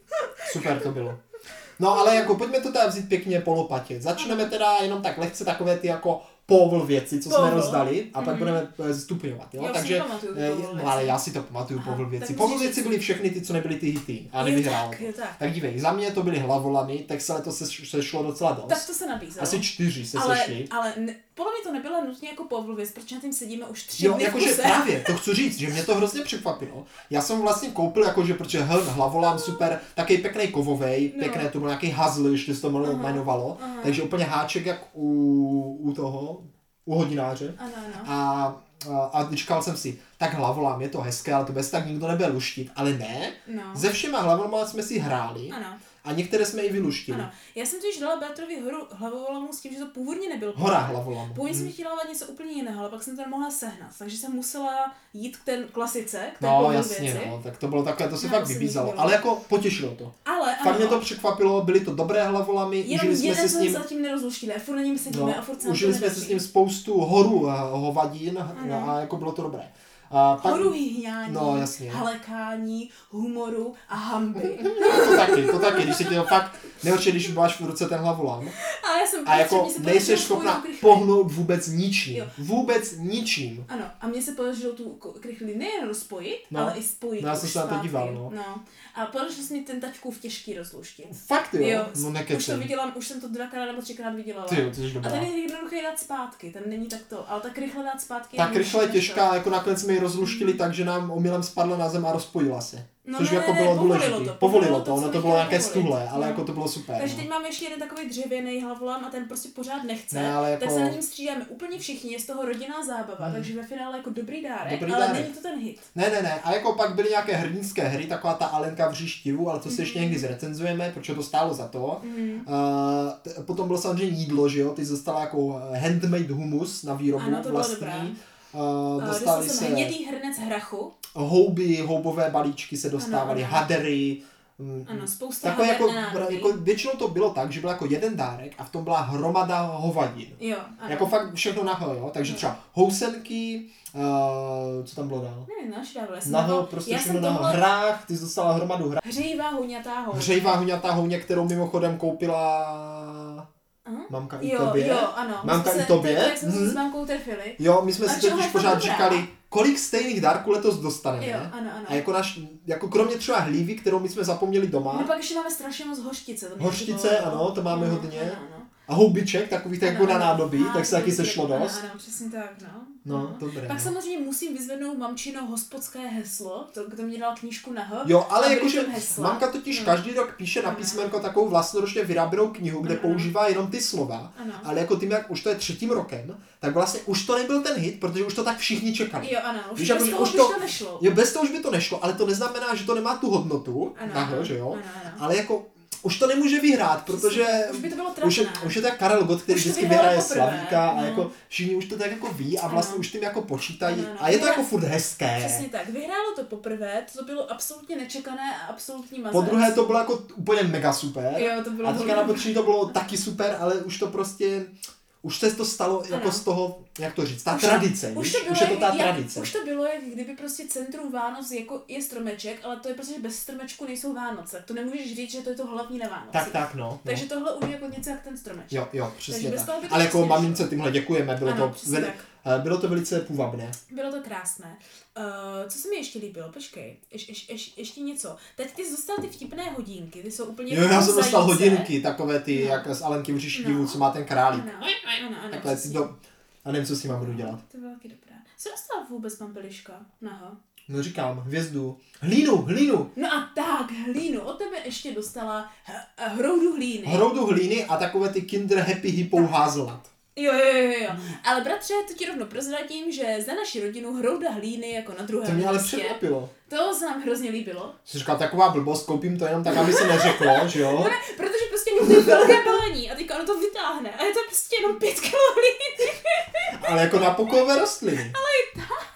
Super to bylo. No ale jako pojďme to teda vzít pěkně po lopatě. Začneme teda jenom tak lehce takové ty jako povl věci, co povl. jsme rozdali, a pak mm. budeme stupňovat, jo? Já Takže, pamatuju, no ale já si to pamatuju, povl věci. Povl věci byly všechny ty, co nebyly ty hity a nevyhrál. Tak, tak. tak dívej, za mě to byly hlavolany, tak se letos sešlo docela dost. Tak to se nabízelo. Asi čtyři se ale, sešly. Ale ne, podle mě to nebyla nutně jako povl věc, protože na tím sedíme už tři jo, dny jakože právě, to chci říct, že mě to hrozně překvapilo. Já jsem vlastně koupil, jakože, protože hl, hlavolán super, takový pěkný kovovej, no. Pěkné, to byl nějaký hazl, ještě se to jmenovalo, takže úplně háček jak u, u toho, u hodináře. Ano, ano. A, a, a říkal jsem si, tak hlavolám, je to hezké, ale to bez tak nikdo nebude luštit. Ale ne, no. Se všema hlavolama jsme si hráli. Ano. A některé jsme i vyluštili. Ano. Já jsem totiž dala bratrovi horu hlavolamu s tím, že to původně nebyl. Hora hlavolamu. Původně jsem chtěla dát něco úplně jiného, ale pak jsem to nemohla sehnat. Takže jsem musela jít k ten klasice, k té no, jasně, věci. No, tak to bylo takové, to se no, fakt vybízalo. Ale jako potěšilo to. Ale fakt mě to překvapilo, byly to dobré hlavolamy. Jenom užili jsme si s ním zatím nerozluštili, a furt na ním sedíme no, a furt se užili jsme si s ním spoustu horů hovadin a jako bylo to dobré. A pak, horu hýňání, no, jasně. halekání, humoru a hamby. to taky, to taky, když si tě fakt nejhorší, když máš v ruce ten hlavolám. A, já jsem a jako nejseš schopna pohnout vůbec ničím. Jo. Vůbec ničím. Ano, a mně se podařilo tu krychli nejen rozpojit, no. ale i spojit. No, já jsem se na to díval, no. no. A podařilo se mi ten taťkův těžký rozluštit. Fakt jo? jo no nekecem. Už to vydělám, už jsem to dvakrát nebo třikrát vydělala. Ty jo, ty jsi dobrá. A ten je jednoduchý dát zpátky, ten není takto, ale tak rychle dát zpátky. Tak rychle je těžká, jako nakonec jsme ji rozluštili, mm. takže nám omylem spadla na zem a rozpojila se. No což ne, jako ne, bylo povolilo důležité. To, povolilo to, ono to bylo nějaké stuhle, ale no. jako to bylo super. Takže no. teď máme ještě jeden takový dřevěný hlavolám a ten prostě pořád nechce, ne, ale jako... tak se na ním střídáme úplně všichni, je z toho rodinná zábava, hmm. takže ve finále jako dobrý dárek, dobrý ale dárek. není to ten hit. Ne, ne, ne, a jako pak byly nějaké hrdinské hry, taková ta Alenka v říštivu, ale to si mm. ještě někdy zrecenzujeme, protože to stálo za to. Mm. Uh, t- potom bylo samozřejmě jídlo, že jo, ty dostala jako handmade humus na výrobu ano, to vlastní. Uh, dostali se hnědý hrnec hrachu. Houby, houbové balíčky se dostávaly, ano, ano. hadery. Ano, spousta hader jako, jako, většinou to bylo tak, že byl jako jeden dárek a v tom byla hromada hovadin. Jo, ano. Jako fakt všechno naho, jo. Takže jo. třeba housenky, uh, co tam bylo dál? Nevím, naši dávali. Naho, prostě všechno naho. Tohle... Hrách, ty jsi dostala hromadu hrách. Hřejivá huňatá houně. Hřejivá huňatá houně, kterou mimochodem koupila... Aha. Mamka i jo, tobě. Jo, ano. Mamka se, i tobě. To, jak jsme se s mamkou trefili. Jo, my jsme a si totiž pořád říkali, kolik stejných dárků letos dostaneme. Jo, ano, ano. A jako, naš, jako kromě třeba hlívy, kterou my jsme zapomněli doma. No pak ještě máme strašně moc hořtice. To hořtice, bylo, ano, to máme ano, hodně. Ano, ano. A houbiček, takový tak jako na nádobí, ano, tak se taky sešlo ano, dost. Ano, přesně tak, no. No, no. dobré. Pak no. samozřejmě musím vyzvednout mamčino hospodské heslo, to, kdo mě dal knížku na H. Jo, ale jakože mamka totiž no. každý rok píše na písmenko takovou vlastnoročně vyráběnou knihu, kde ano. používá jenom ty slova, ano. ale jako tím, jak už to je třetím rokem, tak vlastně už to nebyl ten hit, protože už to tak všichni čekali. Jo, ano, už, Víš, bez jako, toho už to, to nešlo. Jo, bez toho už by to nešlo, ale to neznamená, že to nemá tu hodnotu, ano, na H, že jo, ano, ano. ale jako už to nemůže vyhrát, protože už by to bylo už, je, už je tak Karel Gott, který vždycky vyhraje Slavíka no. a jako všichni už to tak jako ví a vlastně ano. už tím jako počítají ano, ano. a je to jako furt hezké. Přesně tak, vyhrálo to poprvé, to bylo absolutně nečekané a absolutní mazec. Po druhé to bylo jako úplně mega super jo, to bylo a teďka na potří to bylo taky super, ale už to prostě... Už se to stalo ano. jako z toho, jak to říct, ta už, tradice, už, to bylo, už je to ta jak, tradice. Už to bylo, jak kdyby prostě centrum Vánoc jako je stromeček, ale to je prostě, že bez stromečku nejsou Vánoce. To nemůžeš říct, že to je to hlavní na Vánoci. Tak, tak, no. Takže no. tohle už je jako něco jak ten stromeček. Jo, jo, přesně tak. Ale jako mamince tímhle děkujeme, bylo, ano, to, veli, bylo to velice půvabné. Bylo to krásné. Uh, co se mi ještě líbilo? Počkej, ješ, ješ, ješ, ještě něco. Teď ty jsi dostal ty vtipné hodinky, ty jsou úplně jo, já jsem dostal hodinky, takové ty, no. jak z Alenky v říštivu, no. co má ten králík. Ano, ano, ano, takové ty do, A nevím, co s tím budu dělat. To bylo taky dobré. Co dostala vůbec pampeliška? Naha. No říkám, hvězdu. Hlínu, hlínu. No a tak, hlínu. Od tebe ještě dostala h- hroudu hlíny. Hroudu hlíny a takové ty Kinder Happy Hippo hazelnut. Jo, jo, jo, jo. Ale bratře, to ti rovno prozradím, že za naši rodinu hrouda hlíny jako na druhém To mě ale místě. překvapilo. To se nám hrozně líbilo. Jsi říkal, taková blbost, koupím to jenom tak, aby se neřeklo, že jo? Ne, protože prostě měl ty velké balení a teďka ono to vytáhne. A je to prostě jenom pět kilo hlíny. Ale jako na pokojové rostliny. Ale i tak.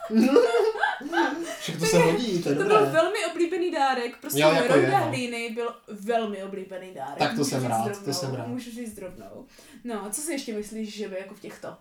Však to se hodí, to je To dobré. byl velmi oblíbený dárek. Prostě Jo, jako hrouda je, no. hlíny byl velmi oblíbený dárek. Tak to Můžu jsem říct rád, rovnou, to jsem rád. Můžu říct rovnou. No, a co si ještě myslíš, že by jako v těch top?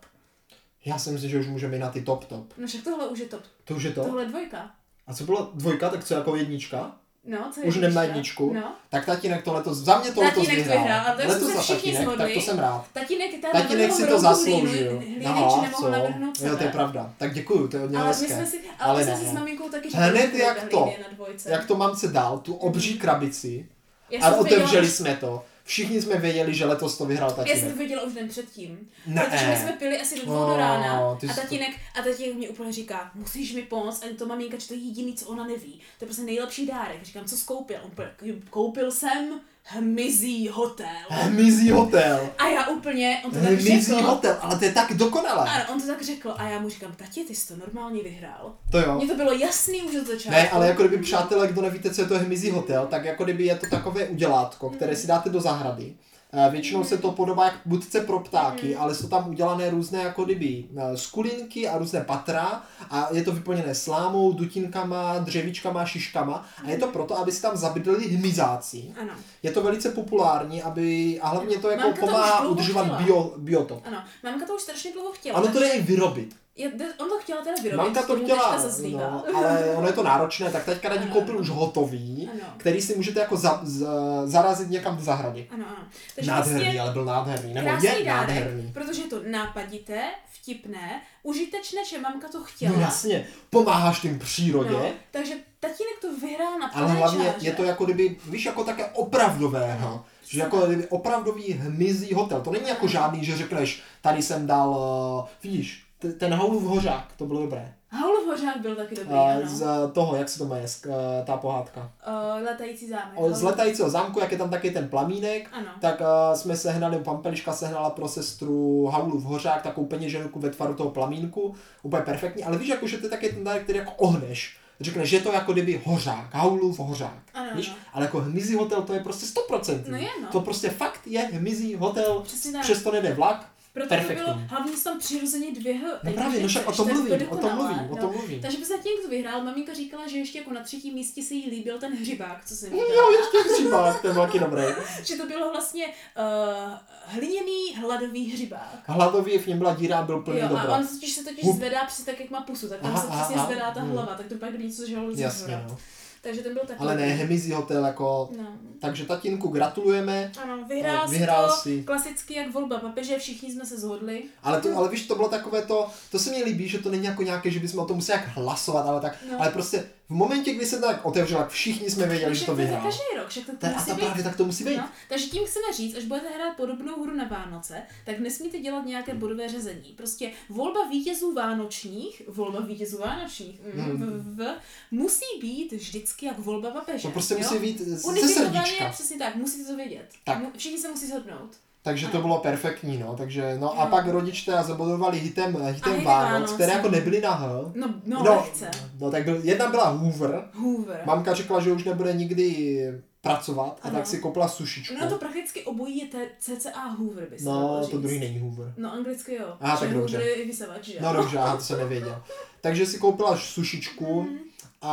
Já si myslím, že už můžeme jít na ty top top. No však tohle už je top. To už je to? Tohle je dvojka. A co bylo dvojka, tak co jako jednička? No, co je Už jdem na jednička? jedničku. No. Tak tatínek to letos, za mě to letos Tatínek vyhrál. vyhrál, a tak jsme Letos se za všichni tatínek, shodli. tak to jsem rád. Tatínek, ta Tatínek si to hroudu zasloužil. Hlíny, hlíny, Aha, či nemohl co? navrhnout Jo, to je sebe. pravda. Tak děkuju, to je od něho Ale my hezké. jsme si, ale, Ale my jsme ne, si ne. s maminkou taky Hned říkali, jak že to, hlíny na dvojce. jak to mamce dal, tu obří krabici, Já a jsem otevřeli věděla, jsme to. Všichni jsme věděli, že letos to vyhrál Já jsem tatínek. to věděla už den předtím. Ne. Protože my jsme pili asi do dvou do Oh, rána ty a jsi to- tatínek, a tatínek mi úplně říká, musíš mi pomoct, a to maminka, že to je jediný, co ona neví. To je prostě nejlepší dárek. Říkám, co jsi koupil? On úplně, koupil jsem hmyzí hotel. Hmyzí hotel. A já úplně, on to tak Hmyzí řekl. hotel, ale to je tak dokonalé. Ano, on to tak řekl a já mu říkám, tati, ty jsi to normálně vyhrál. To jo. Mně to bylo jasný už od začátku. Ne, ale jako kdyby přátelé, kdo nevíte, co je to hmyzí hotel, tak jako kdyby je to takové udělátko, které si dáte do zahrady. Eh, Většinou se to podobá jak budce pro ptáky, ale jsou tam udělané různé jako kdyby eh, skulinky a různé patra a je to vyplněné slámou, dutinkama, dřevíčkama, šiškama a je to proto, aby si tam zabydleli hmyzáci. Ano. Je to velice populární, aby, a hlavně to jako Mamka to už pomáhá dlouho udržovat chtěla. bio, biotop. Ano, mamka to už strašně dlouho chtěla. Ano, to takže- jde i vyrobit. Je, on to chtěla teda vyrobit, Mamka to tomu chtěla, teďka zazlívá. no, ale ono je to náročné, tak teďka Dadí Ano, koupil ano. už hotový, Ano. který si můžete jako za, za, zarazit někam do zahrady. Ano, ano. Takže Nádherný, vlastně ale byl nádherný, nebo krásný je dárek, nádherný. protože je to nápadité, vtipné, užitečné, že mamka to chtěla. No jasně, pomáháš tím přírodě, No, takže tatínek to vyhrál na plné ale hlavně čáře. je to jako kdyby, víš, jako také opravdového. Že jako kdyby opravdový hmyzí hotel. To není jako žádný, že řekneš, tady jsem dal, uh, vidíš, t- ten Haulův hořák, to bylo dobré. Haulův hořák byl taky dobrý, Uh, ano. z toho, jak se to jmenuje, uh, ta pohádka. Uh, letající zámek. O, z letajícího zámku, jak je tam taky ten plamínek, Ano. tak uh, jsme sehnali, Pampeliška sehnala pro sestru Haulův hořák, takovou peněženku ve tvaru toho plamínku, úplně perfektní, ale víš, jako, že to je taky ten dárek, který jako ohneš. Řekneš, že je to jako kdyby hořák, Haulův hořák, Ano, víš? ano. Ale jako hmyzí hotel to je prostě sto procent. No je, no. To prostě fakt je hmyzí hotel, Přesně tak. přesto nejde vlak. Proto Perfektní. to bylo, hlavně jsou tam přirozeně dvě h. No právě, no však o tom to je mluvím, o tom dokonalé, mluvím, o tom mluvím. Takže prostě tím, kdo vyhrál, maminka říkala, že ještě jako na třetím místě se jí líbil ten hřibák, co jsem jí Jo, dala. ještě hřibák, to je velký dobrý. Že to bylo vlastně uh, hliněný hladový hřibák. Hladový, v něm byla díra a byl plný Jo, dobra. a on totiž se totiž Hup. zvedá přesně tak, jak má pusu, tak tam Aha, se aha, přesně aha. zvedá ta Hmm. hlava, tak to pak kdyby něco žalo z Jasně, hora. no. Takže ten byl taky. Ale ne, hmyzí hotel jako... No. Takže tatínku gratulujeme. Ano, vyhrál, Vyhrál si to, si. klasicky jak volba papeže, všichni jsme se shodli. Ale, to, ale víš, to bylo takové to, to se mi líbí, že to není jako nějaké, že bychom o tom museli jak hlasovat, ale tak, No. ale prostě v momentě, kdy se to tak otevřelo, tak všichni jsme věděli, že to vyhrál. každý rok, však to, To je- a musí to být. právě tak to musí být. No, takže tím chceme říct, až budete hrát podobnou hru na Vánoce, tak nesmíte dělat nějaké bodové řazení. Prostě volba vítězů vánočních, volba vítězů vánočních, mm, Hmm. v, v, musí být vždycky jak volba papeže. To prostě jo? musí být ze Unifikovaně, srdíčka. přesně tak, musíte to vědět. Tak. Mu- Všichni se musí shodnout. Takže to bylo perfektní, no. Takže, no a Jo. pak rodiče teda zabodovali hitem, hitem hity Vánoc, Vánoc, které no. jako nebyly na H. No, no, no, lehce. no tak byl, jedna byla Hoover. Hoover. Mamka řekla, že už nebude nikdy pracovat a Ano. tak si koupila sušičku. No to prakticky obojí je te- cca Hoover, by se dalo No, říct. to druhý není Hoover. No, anglicky jo. Aha, Že tak dobře. Hoover je i vysavač, že? No dobře, aha, to jsem nevěděl. Takže si koupila sušičku Mhm.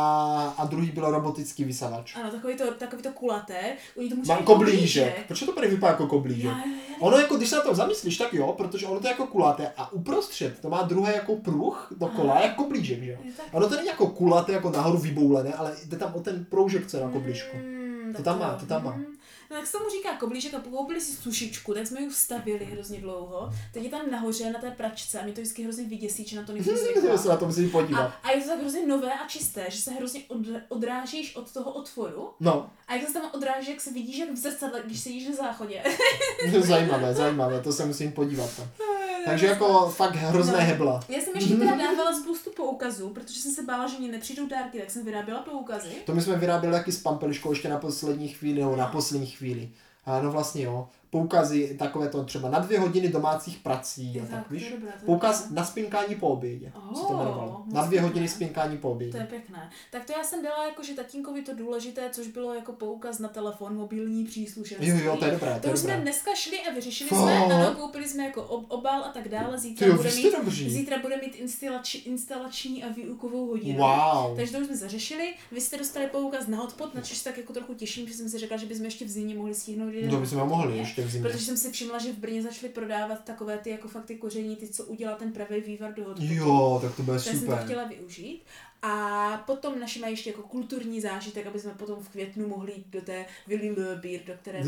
a, a druhý byl robotický vysavač. Ano, takový to, takový to kulaté. Oni tomu Mám říkají koblížek. Proč to tady vypadá jako koblížek? Já, já, já. Ono jako, když se na to zamyslíš, tak jo, protože ono to je jako kulaté a uprostřed to má druhé jako pruh dokola, jak koblížek, že jo. Je tak. Ono to není jako kulaté, jako nahoru vyboulené, ale jde tam o ten proužek, co je na koblížku. Mm, To tak tam má, to tam má. mm. No tak se tomu říká koblížek a koupili si sušičku, tak jsme ji stavili hrozně dlouho. Teď je tam nahoře na té pračce a mě to vždycky hrozně vyděsí, že na to nejsem Já zvyklá. se na to musím podívat. A, a je to tak hrozně nové a čisté, že se hrozně od, odrážíš od toho otvoru. No, A jak se tam odráží, jak se vidíš jak v zrcadle, když sedíš na záchodě. zajímavé, zajímavé, to se musím podívat. Tam. Takže jako fakt hrozné no. hebla. Já jsem ještě teda dávala spoustu poukazů, protože jsem se bála, že mě nepřijdou dárky, tak jsem vyráběla poukazy. To my jsme vyráběli taky s Pampeliškou ještě na poslední chvíli, nebo na poslední chvíli. A no vlastně jo. Poukazy, takové to třeba na dvě hodiny domácích prací. Je a tak, tak, víš? dobré, Poukaz dobré. na spinkání po obědě. Oh, se to jmenovalo. Na dvě hodiny spinkání po obědě. To je pěkné. Tak to já jsem dala jako, že tatínkovi to důležité, což bylo jako poukaz na telefon, mobilní příslušenství. Jo, jo, to je dobré, to, to je už dobré. jsme dneska šli a vyřešili Fakt? jsme, ano, koupili jsme jako ob- obal a tak dále. Zítra, Ty jo, bude, vy mít, jste dobří. zítra bude mít instalač, instalační a výukovou hodinu. Wow. Takže to už jsme zařešili. Vy jste dostali poukaz na hotpot, na což tak jako trochu těším, že jsem si řekla, že bychom ještě v zimě mohli stihnout jeden. To bychom mohli ještě v zimě. Protože jsem si všimla, že v Brně začali prodávat takové ty jako fakt ty koření, ty, co udělá ten pravý vývar do hotpotu. Jo, tak to bude Tak jsem to super. chtěla využít. A potom naši mají ještě jako kulturní zážitek, aby jsme potom v květnu mohli jít do té Willy Le Beer, do které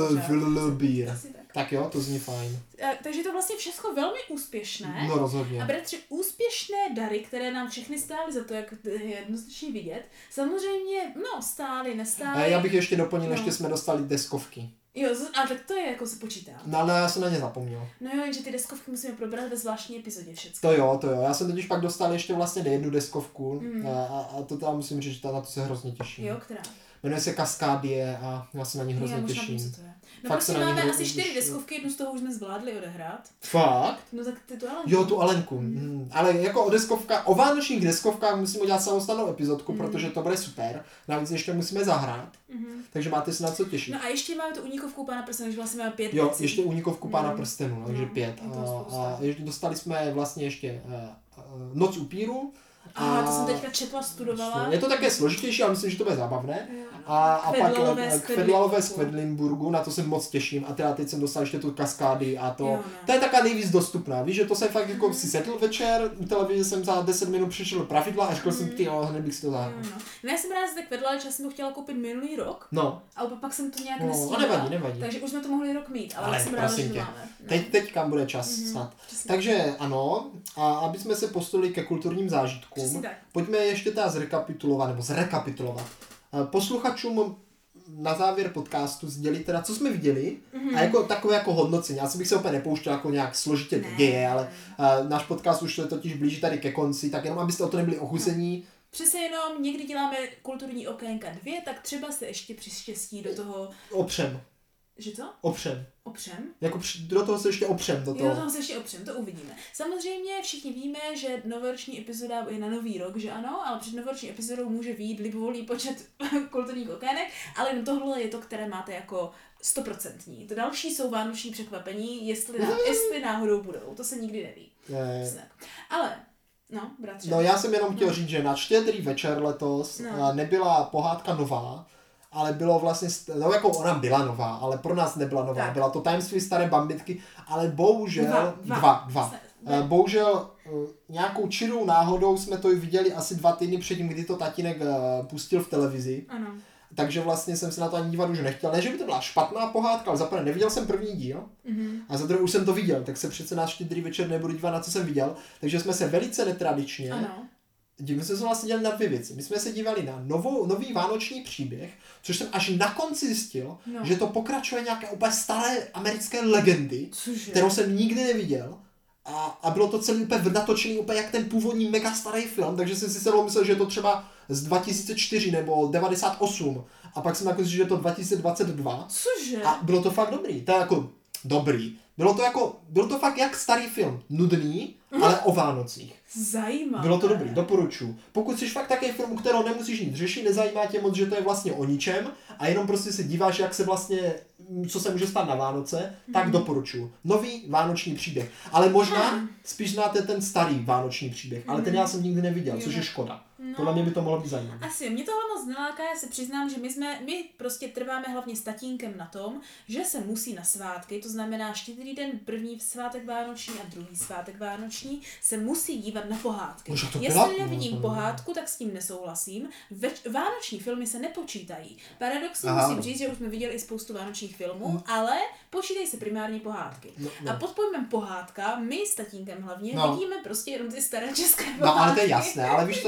Willy Beer. Asi tak. Tak jo, to zní fajn. A, takže to vlastně všechno velmi úspěšné. No rozhodně. A bratře, úspěšné dary, které nám všechny stály za to, jak je jednoznačně vidět, samozřejmě, no, stály, A nestály. já bych ještě doplnil, No. ještě jsme dostali deskovky. Jo, z- a tak to je jako se počítá. No ale já jsem na ně zapomněl. No jo, jenže ty deskovky musíme probrat ve zvláštní epizodě všechno. To jo, to jo. Já jsem totiž pak dostal ještě vlastně jednu deskovku Mm. a, a, a to tam musím říct, že ta- na to se hrozně těším. Jo, která? Jmenuje se Kaskádie a já se na ní hrozně Já možná těším. vím, co to je. No Fakt prostě se na ní máme hrozně asi čtyři těším. deskovky, jednu z toho už jsme zvládli odehrát. Fakt? No tak ty to ale. Jo, tu Alenku. Mm. Ale jako o deskovkách, o vánočních deskovkách musím udělat samostatnou epizodku, Mm. protože to bude super. Navíc ještě musíme zahrát, Mhm. takže máte se na co těšit. No a ještě máme tu unikovku pána prstenu, takže vlastně máme pět Jo, věcí. ještě unikovku pána No. prstenu, takže No, pět. je toho A, spousta. a ještě dostali jsme vlastně ještě uh, uh, Noc upíru. A to jsem teďka četla, studovala. Je to také složitější, ale myslím, že to bude zábavné. Jo. A, a pak Kvedlalové eh, z Kvedlalové z Kvedlinburgu. Kvedlinburgu, na to se moc těším. A teda teď jsem dostal ještě tu kaskády a to. Jo, no. To je taká nejvíc dostupná. Víš, že to jsem fakt jako si sedl večer, u televize jsem za deset minut přešel pravidla a řekl jsem, ty jo, hned bych si to Jo, zahrál. no. No já jsem ráda, že tak vedla, že jsem to chtěla koupit minulý rok, No, a pak jsem to nějak no a nestíhala. nevadí, nevadí. Takže už jsme to mohli rok mít, ale, Ale jsem ráda, že prosím to tě, máme. No. teď, teďka bude čas Mhm, snad. přesně. Takže ano, a aby jsme se posunuli ke kulturním Přesně zážitkům, tak. pojďme ještě teda zrekapitulovat, nebo zrekapitulovat. Eh, Posluchačům na závěr podcastu sdělit teda, co jsme viděli Mhm. a jako takové jako hodnocení. Já si bych se úplně nepouštěl jako nějak složitě Ne. děje, ale uh, náš podcast už se totiž blíží tady ke konci, tak jenom abyste o to nebyli ochuzení. Přesně jenom, někdy děláme kulturní okénka dvě, tak třeba se ještě při štěstí do toho, Opřem, že co? opřem. Opřem? Jako při- do toho se ještě opřem, do Jo, do toho. toho se ještě opřem, to uvidíme. Samozřejmě všichni víme, že novoroční epizoda je na nový rok, že ano, ale před novoroční epizodou může vyjít libovolný počet kulturních okének, ale jenom tohle je to, které máte jako stoprocentní. To další jsou vánoční překvapení, jestli, ná, jestli náhodou budou, to se nikdy neví. Ne. Přesně. Ale, no, bratře. No já jsem jenom chtěl No. říct, že na štědrý večer letos No. no. nebyla pohádka nová, ale bylo vlastně, st- no jako ona byla nová, ale pro nás nebyla nová. Tak. Byla to Tajemství staré bambitky, ale bohužel, Dva, dva. dva, dva. Ne. Eh, Bohužel eh, nějakou čirou náhodou jsme to viděli asi dva týdny předtím, kdy to tatínek eh, pustil v televizi. Ano. Takže vlastně jsem se na to ani dívat už nechtěl. Ne, že by to byla špatná pohádka, ale za prvé neviděl jsem první díl Mhm. a za druhé už jsem to viděl, tak se přece na štědrý večer nebudu dívat na co jsem viděl. Takže jsme se velice netradičně, Ano. my jsme se vlastně dělali na dvě věci. My jsme se dívali na novou, nový vánoční příběh, což jsem až na konci zjistil, No. že to pokračuje nějaké úplně staré americké legendy, Cože? kterou jsem nikdy neviděl. A, a bylo to celý úplně natočený úplně jak ten původní mega starý film, takže jsem si celou myslel, že je to třeba z dva tisíce čtyři nebo devadesát osm. A pak jsem jako zjistil, že je to dva tisíce dvacet dva. Cože? A bylo to fakt dobrý. To je jako dobrý. Bylo to jako, bylo to fakt jak starý film. Nudný, ale o Vánocích. Zajímavé. Bylo to dobrý, doporučuji. Pokud jsi fakt takový film, u kterého nemusíš nic řešit, nezajímá tě moc, že to je vlastně o ničem a jenom prostě se díváš, jak se vlastně, co se může stát na Vánoce, tak Mhm. doporučuji. Nový vánoční příběh. Ale možná Mhm. spíš znáte ten starý vánoční příběh, ale ten já jsem nikdy neviděl, což je škoda. No. Podle mě by to mohlo být zajímavé. Asi, mě tohle moc neláká, já se přiznám, že my jsme, my prostě trváme hlavně s tatínkem na tom, že se musí na svátky, to znamená štědrý den, první svátek vánoční a druhý svátek vánoční, se musí dívat na pohádky. Už to byla- Jestli nevidím no, pohádku, tak s tím nesouhlasím. Več, vánoční filmy se nepočítají. Paradoxně Aha. musím říct, že už jsme viděli i spoustu vánočních filmů, ale počítají se primárně pohádky. No, no. A pod pojmem pohádka, my s tatínkem hlavně, No. vidíme prostě jenom ty staré české pohádky. No ale to je jasné, ale víš co, já totiž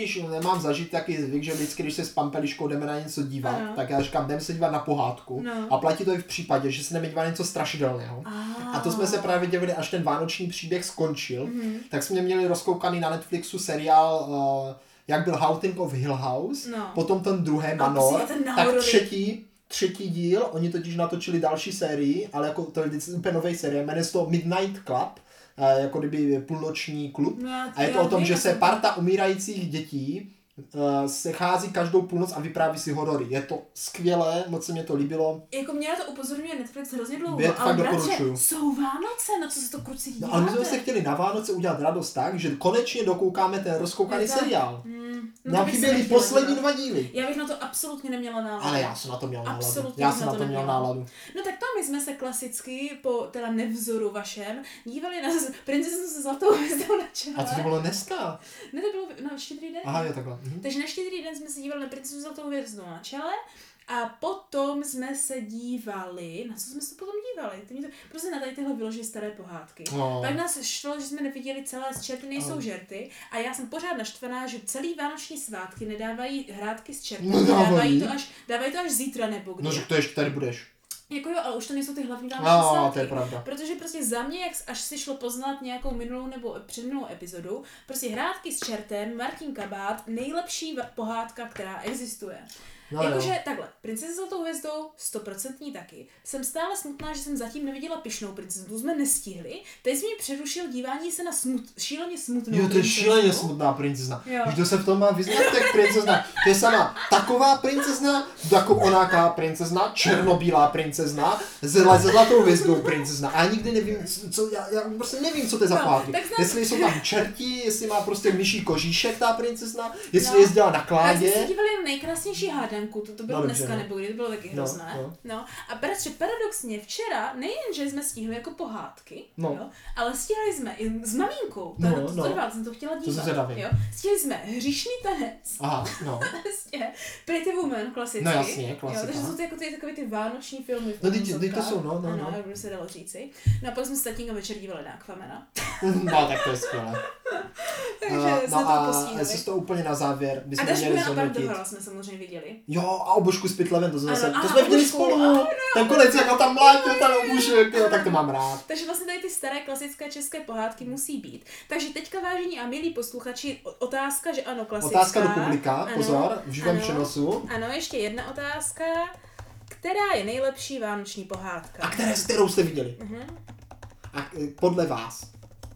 totiž nemám zažít taky zvyk, že vždycky, když se s Pampeliškou jdeme na něco dívat, ano. tak já říkám, jdeme se dívat na pohádku. No. A platí to i v případě, že se jdeme dívat něco strašidelného. Ah. A to jsme se právě dělali, až ten vánoční příběh skončil, mm-hmm. tak jsme měli rozkoukaný na Netflixu seriál, uh, jak byl Haunting of Hill House, no. potom ten druhý Manor, tak třetí, třetí díl, oni totiž natočili další sérii, ale jako to je úplně nový série, jmenuje se to Midnight Club, uh, jako kdyby půlnoční klub. No, a je to o tom, že se parta umírajících dětí uh, se chází každou půlnoc a vypráví si horory. Je to skvělé, moc se mě to líbilo. Jako mě na to upozorňuje Netflix hrozně dlouho, Bět, ale bratře, jsou Vánoce, na co se to kruci díváte? No ale my jsme se chtěli na Vánoce udělat radost tak, že konečně dokoukáme ten rozkoukaný seriál. Hmm, no Nám chyběly poslední dva díly. Já bych na to absolutně neměla náladu. Ale já jsem na to měl náladu. Absolutně já jsem na to, to měl náladu. No tak to my jsme se klasicky po teda nevzoru vašem dívali na Princeznu se zlatou hvězdou na čele. A co to bylo dneska? Ne, to bylo na Štědrý den. Aha, je takhle. Mhm. Takže na Štědrý den jsme se dívali na Princeznu zlatou hvězdu na čele. A potom jsme se dívali, na co jsme se potom dívali? To to, prostě na tady tyhle vyloží staré pohádky. No. Pak nás šlo, že jsme neviděli celé z Čerty nejsou no. žerty a já jsem pořád naštvaná, že celý vánoční svátky nedávají hrátky z Čerty. No, dávají. Dávají to až, dávají to až zítra nebo kdy. No, že to ještě tady budeš. Jako jo, ale už to nejsou ty hlavní vánoční no, svátky. To je pravda. Protože prostě za mě, jak až si šlo poznat nějakou minulou nebo předminulou epizodu, prostě hrátky s čertem, Martin Kabát, nejlepší pohádka, která existuje. No, jakože takhle, Princezna s zlatou hvězdou, stoprocentní taky. Jsem stále smutná, že jsem zatím neviděla Pyšnou princeznu, tu jsme nestihli. Teď jsi mi přerušil dívání se na smut, šíleně smutnou Jo, to je šíleně smutná princezna. Kdo se v tom má vyznat, tak princezna. To je sama taková princezna, jako onáká princezna, černobílá princezna, se zlatou hvězdou princezna. A já nikdy nevím, co, já, já prostě nevím, co to je za pohádky. No, jestli jsou tam čerti, jestli má prostě myší kožíšek ta princezna, jestli no. jezdila na kládě. Já jsem se dívala na nejkrásnější hádanku, to, to bylo no, dneska no. nebo kdy, to bylo taky no, hrozné. No. no. A bratře, paradoxně včera, nejen, že jsme stihli jako pohádky, no. jo, ale stihli jsme i s maminkou, to, no, to, no. to trvá, jsem to chtěla dívat. To jo. Stihli jsme Hříšný tanec. Aha, no. Vlastně, Pretty Woman, klasicky. No jasně, klasika. Jo, takže jsou to jako ty, takové ty vánoční filmy. No, ty to jsou, no, no, ano, no. Ano, by se dalo říci. No a potom jsme s tatínkem večer dívali na Aquamana. No, tak to je skvělé. Takže uh, jsme no to postihli. A jestli to úplně na závěr bychom měli zhodnotit. A Dašku Dašku na jsme samozřejmě viděli. Jo, a Obožku s pytlevem, to, zase, ano, to jsme viděli Obožku, spolu. ano, ten konec, jak ho tam mlátil, ten Obušek, jo, tak to mám rád. Takže vlastně tady ty staré klasické české pohádky musí být. Takže teďka, vážení a milí posluchači, otázka, že ano, klasická. Otázka do publika, ano, pozor, v živém přenosu. Ano, ještě jedna otázka. Která je nejlepší vánoční pohádka? A které, kterou jste viděli? Uh-huh. A podle vás?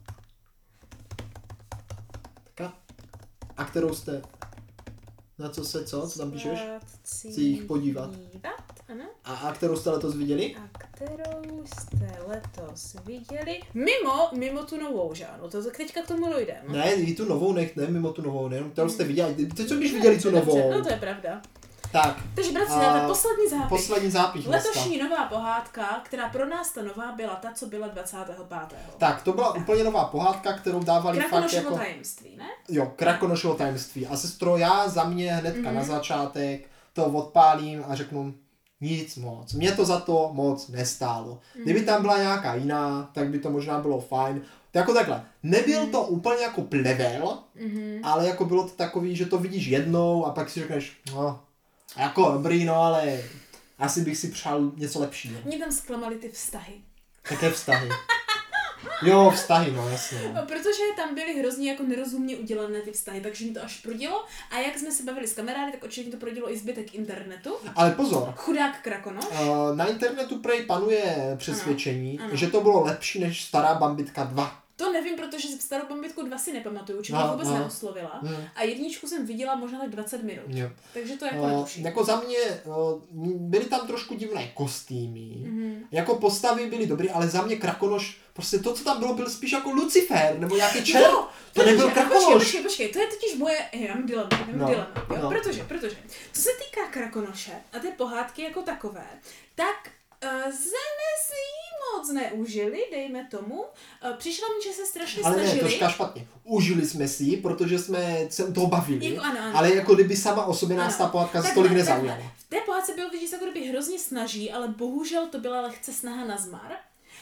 Tak a kterou jste? Na co se, co? Co tam píšeš? Si jich podívat. Ano. A, a kterou jste letos viděli? A kterou jste letos viděli? Mimo, mimo tu novou, že ano? To teďka k tomu dojdeme. Ne, i tu novou nech, ne, mimo tu novou, ne, kterou jste viděli. Teď co když viděli tu novou? No to je pravda. Tak. Takže bratři, ta poslední zápis. Poslední zápis. Letošní nová pohádka, která pro nás ta nová byla ta, co byla dvacátého pátého Tak, to byla úplně nová pohádka, kterou dávali fakt jako... tajemství, ne? Jo, Krakonošovo tajemství. A sestro, já za mě hnedka mm-hmm. na začátek to odpálím a řeknu nic moc. Mě to za to moc nestálo. Mm-hmm. Kdyby tam byla nějaká jiná, tak by to možná bylo fajn. Jako takhle, nebyl mm. to úplně jako plevel, mm-hmm. ale jako bylo to takový, že to vidíš jednou a pak si řekneš, no, jako dobrý, no ale asi bych si přál něco lepšího. Mě tam zklamaly ty vztahy. Také vztahy. Jo, vztahy, no jasně. No, protože tam byly hrozně jako nerozumně udělané ty vztahy, takže mi to až prodilo. A jak jsme se bavili s kamarády, tak určitě to prodilo i zbytek internetu. Ale pozor. Chudák Krakonoš. Uh, na internetu prej panuje přesvědčení, ano, ano. že to bylo lepší než Stará Bambitka dva. To nevím, protože Starou Bambitku dva si nepamatuju, či mě no, vůbec no. neoslovila. Hmm. A jedničku jsem viděla možná tak dvacet minut. Jo. Takže to jako uh, netuším. Jako za mě uh, byly tam trošku divné kostýmy. Mm-hmm. Jako postavy byly dobrý, ale za mě Krakonoš, prostě to, co tam bylo, byl spíš jako Lucifer, nebo nějaký čert. No, to nebyl Krakonoš. Počkej, počkej, počkej, to je totiž moje, já mám dilema, já mám no, dilema, jo? No. Protože, protože, co se týká Krakonoše a té pohádky jako takové, tak Uh, jsme si ji moc neužili, dejme tomu. Uh, přišlo mi, že se strašně ale snažili. Ale ne, troška špatně. Užili jsme si ji, protože jsme se u toho bavili, jako, ano, ano. ale jako kdyby sama o sobě nás ta pohádka za tolik nezaujala. V té pohádce bylo vidět, že se jako kdyby hrozně snaží, ale bohužel to byla lehce snaha na zmar.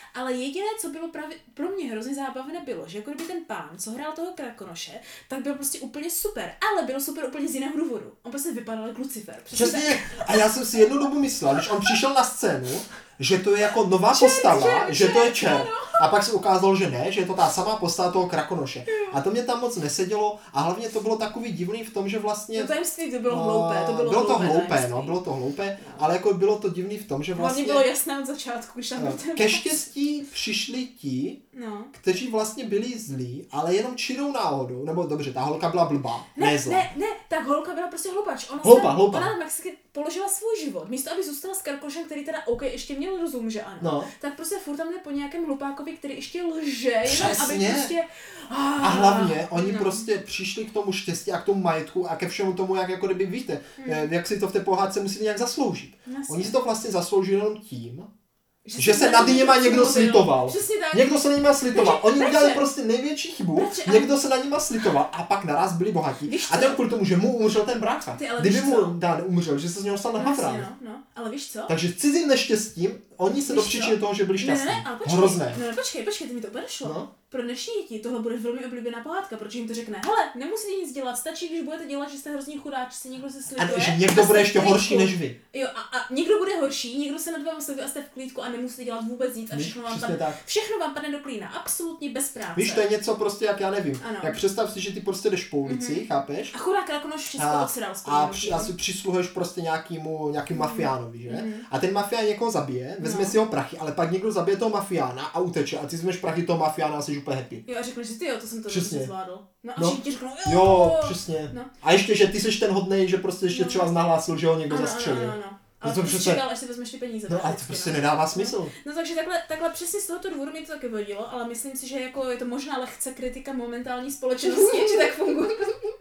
ale jediné, co bylo právě pro mě hrozně zábavné, bylo, že jako kdyby ten pán, co hrál toho Krakonoše, tak byl prostě úplně super, ale byl super úplně z jiného důvodu. On prostě vypadal jako Lucifer. Přesně, a já jsem si jednu dobu myslel, když on přišel na scénu, že to je jako nová čert, postava, čert, že to je čert. A pak se ukázalo, že ne, že je to ta samá postava toho Krakonoše. A to mě tam moc nesedělo a hlavně to bylo takový divný v tom, že vlastně... To tajemství to bylo uh, hloupé, to bylo, bylo hloupé to hloupé, no, bylo to hloupé, no. Ale jako bylo to divný v tom, že vlastně... Hlavně bylo jasné od začátku, když tam byl ten... Ke štěstí přišli ti, no. kteří vlastně byli zlí, ale jenom čirou náhodou, nebo dobře, ta holka byla blbá, ne, ne zlá. Ne, ne, ta holka byla prostě hloupač. Ona hloupa, se, hloupa. Ona na Mexiky položila svůj život. Místo, aby zůstala s Krakonošem, který teda OK, ještě měl rozum, že ano. No. Tak prostě furt tam jde po nějakém hlupákovi, který ještě lže, jenom aby prostě... Ah, a hlavně, oni no. prostě přišli k tomu štěstí a k tomu majetku a ke všemu tomu, jak jako kdyby víte, hmm. jak si to v té pohádce musí nějak zasloužit. Jasně. Oni si to vlastně zasloužili jenom tím, že, že se nad nima někdo slitoval. Někdo se nad nima slitoval. Oni Petře, udělali prostě největší chybu, Petře, někdo ale... se nad nima slitoval a pak naraz byli bohatí. A to kvůli tomu, že mu umřel ten brácha. Ty, kdyby mu dán umřel, že se z něho stal havran. No, no, ale víš co? Takže cizím neštěstím oni se dopříčili toho, že byli šťastní. Ne, ne, ale počkej, hrozné. Ne, počkej, počkej, ty mi to úplně došlo. No? Pro dnešní děti tohle bude velmi oblíbená pohádka, protože jim to řekne, hele, nemusíte nic dělat, stačí, když budete dělat, že jste hrozný chudáč, se někdo se slituje. A že někdo bude ještě horší než vy. Jo, a, a někdo bude horší, někdo se nad vámi slituje a jste v klídku a nemusíte dělat vůbec nic a všechno vám, padne, všechno vám padne do klína, absolutně bez práce. Víš, to je něco prostě, jak já nevím. Ano. Jak představ si, že ty prostě jdeš po ulici, mm-hmm. chápeš? A chudák Krakonoš všechno odsedal. A, při, a si přisluhuješ prostě nějakému, nějakým mm-hmm. mafiánovi, že? Mm-hmm. A ten mafián někoho zabije, vezme no. si jeho prachy, ale pak někdo zabije toho mafiána a uteče a ty vezmeš prachy toho mafiána a jsi úplně happy. Jo, a řekneš, že ty jo, to jsem to přesně. zvládl. No a no. všichni řeknou, jo. Jo, přesně. No. A ještě, že ty jsi ten hodnej, že prostě ještě no. třeba nahlásil, že ho někdo ano, zastřelil. Ano, ano, ano. Ale to ty přece... jsi čekal, až si vezmeš ty peníze. No a to prostě nedává smysl. No, no takže takhle, takhle přesně z tohoto důvodu mi to taky vodilo, ale myslím si, že jako je to možná lehce kritika momentální společnosti, že tak funguje.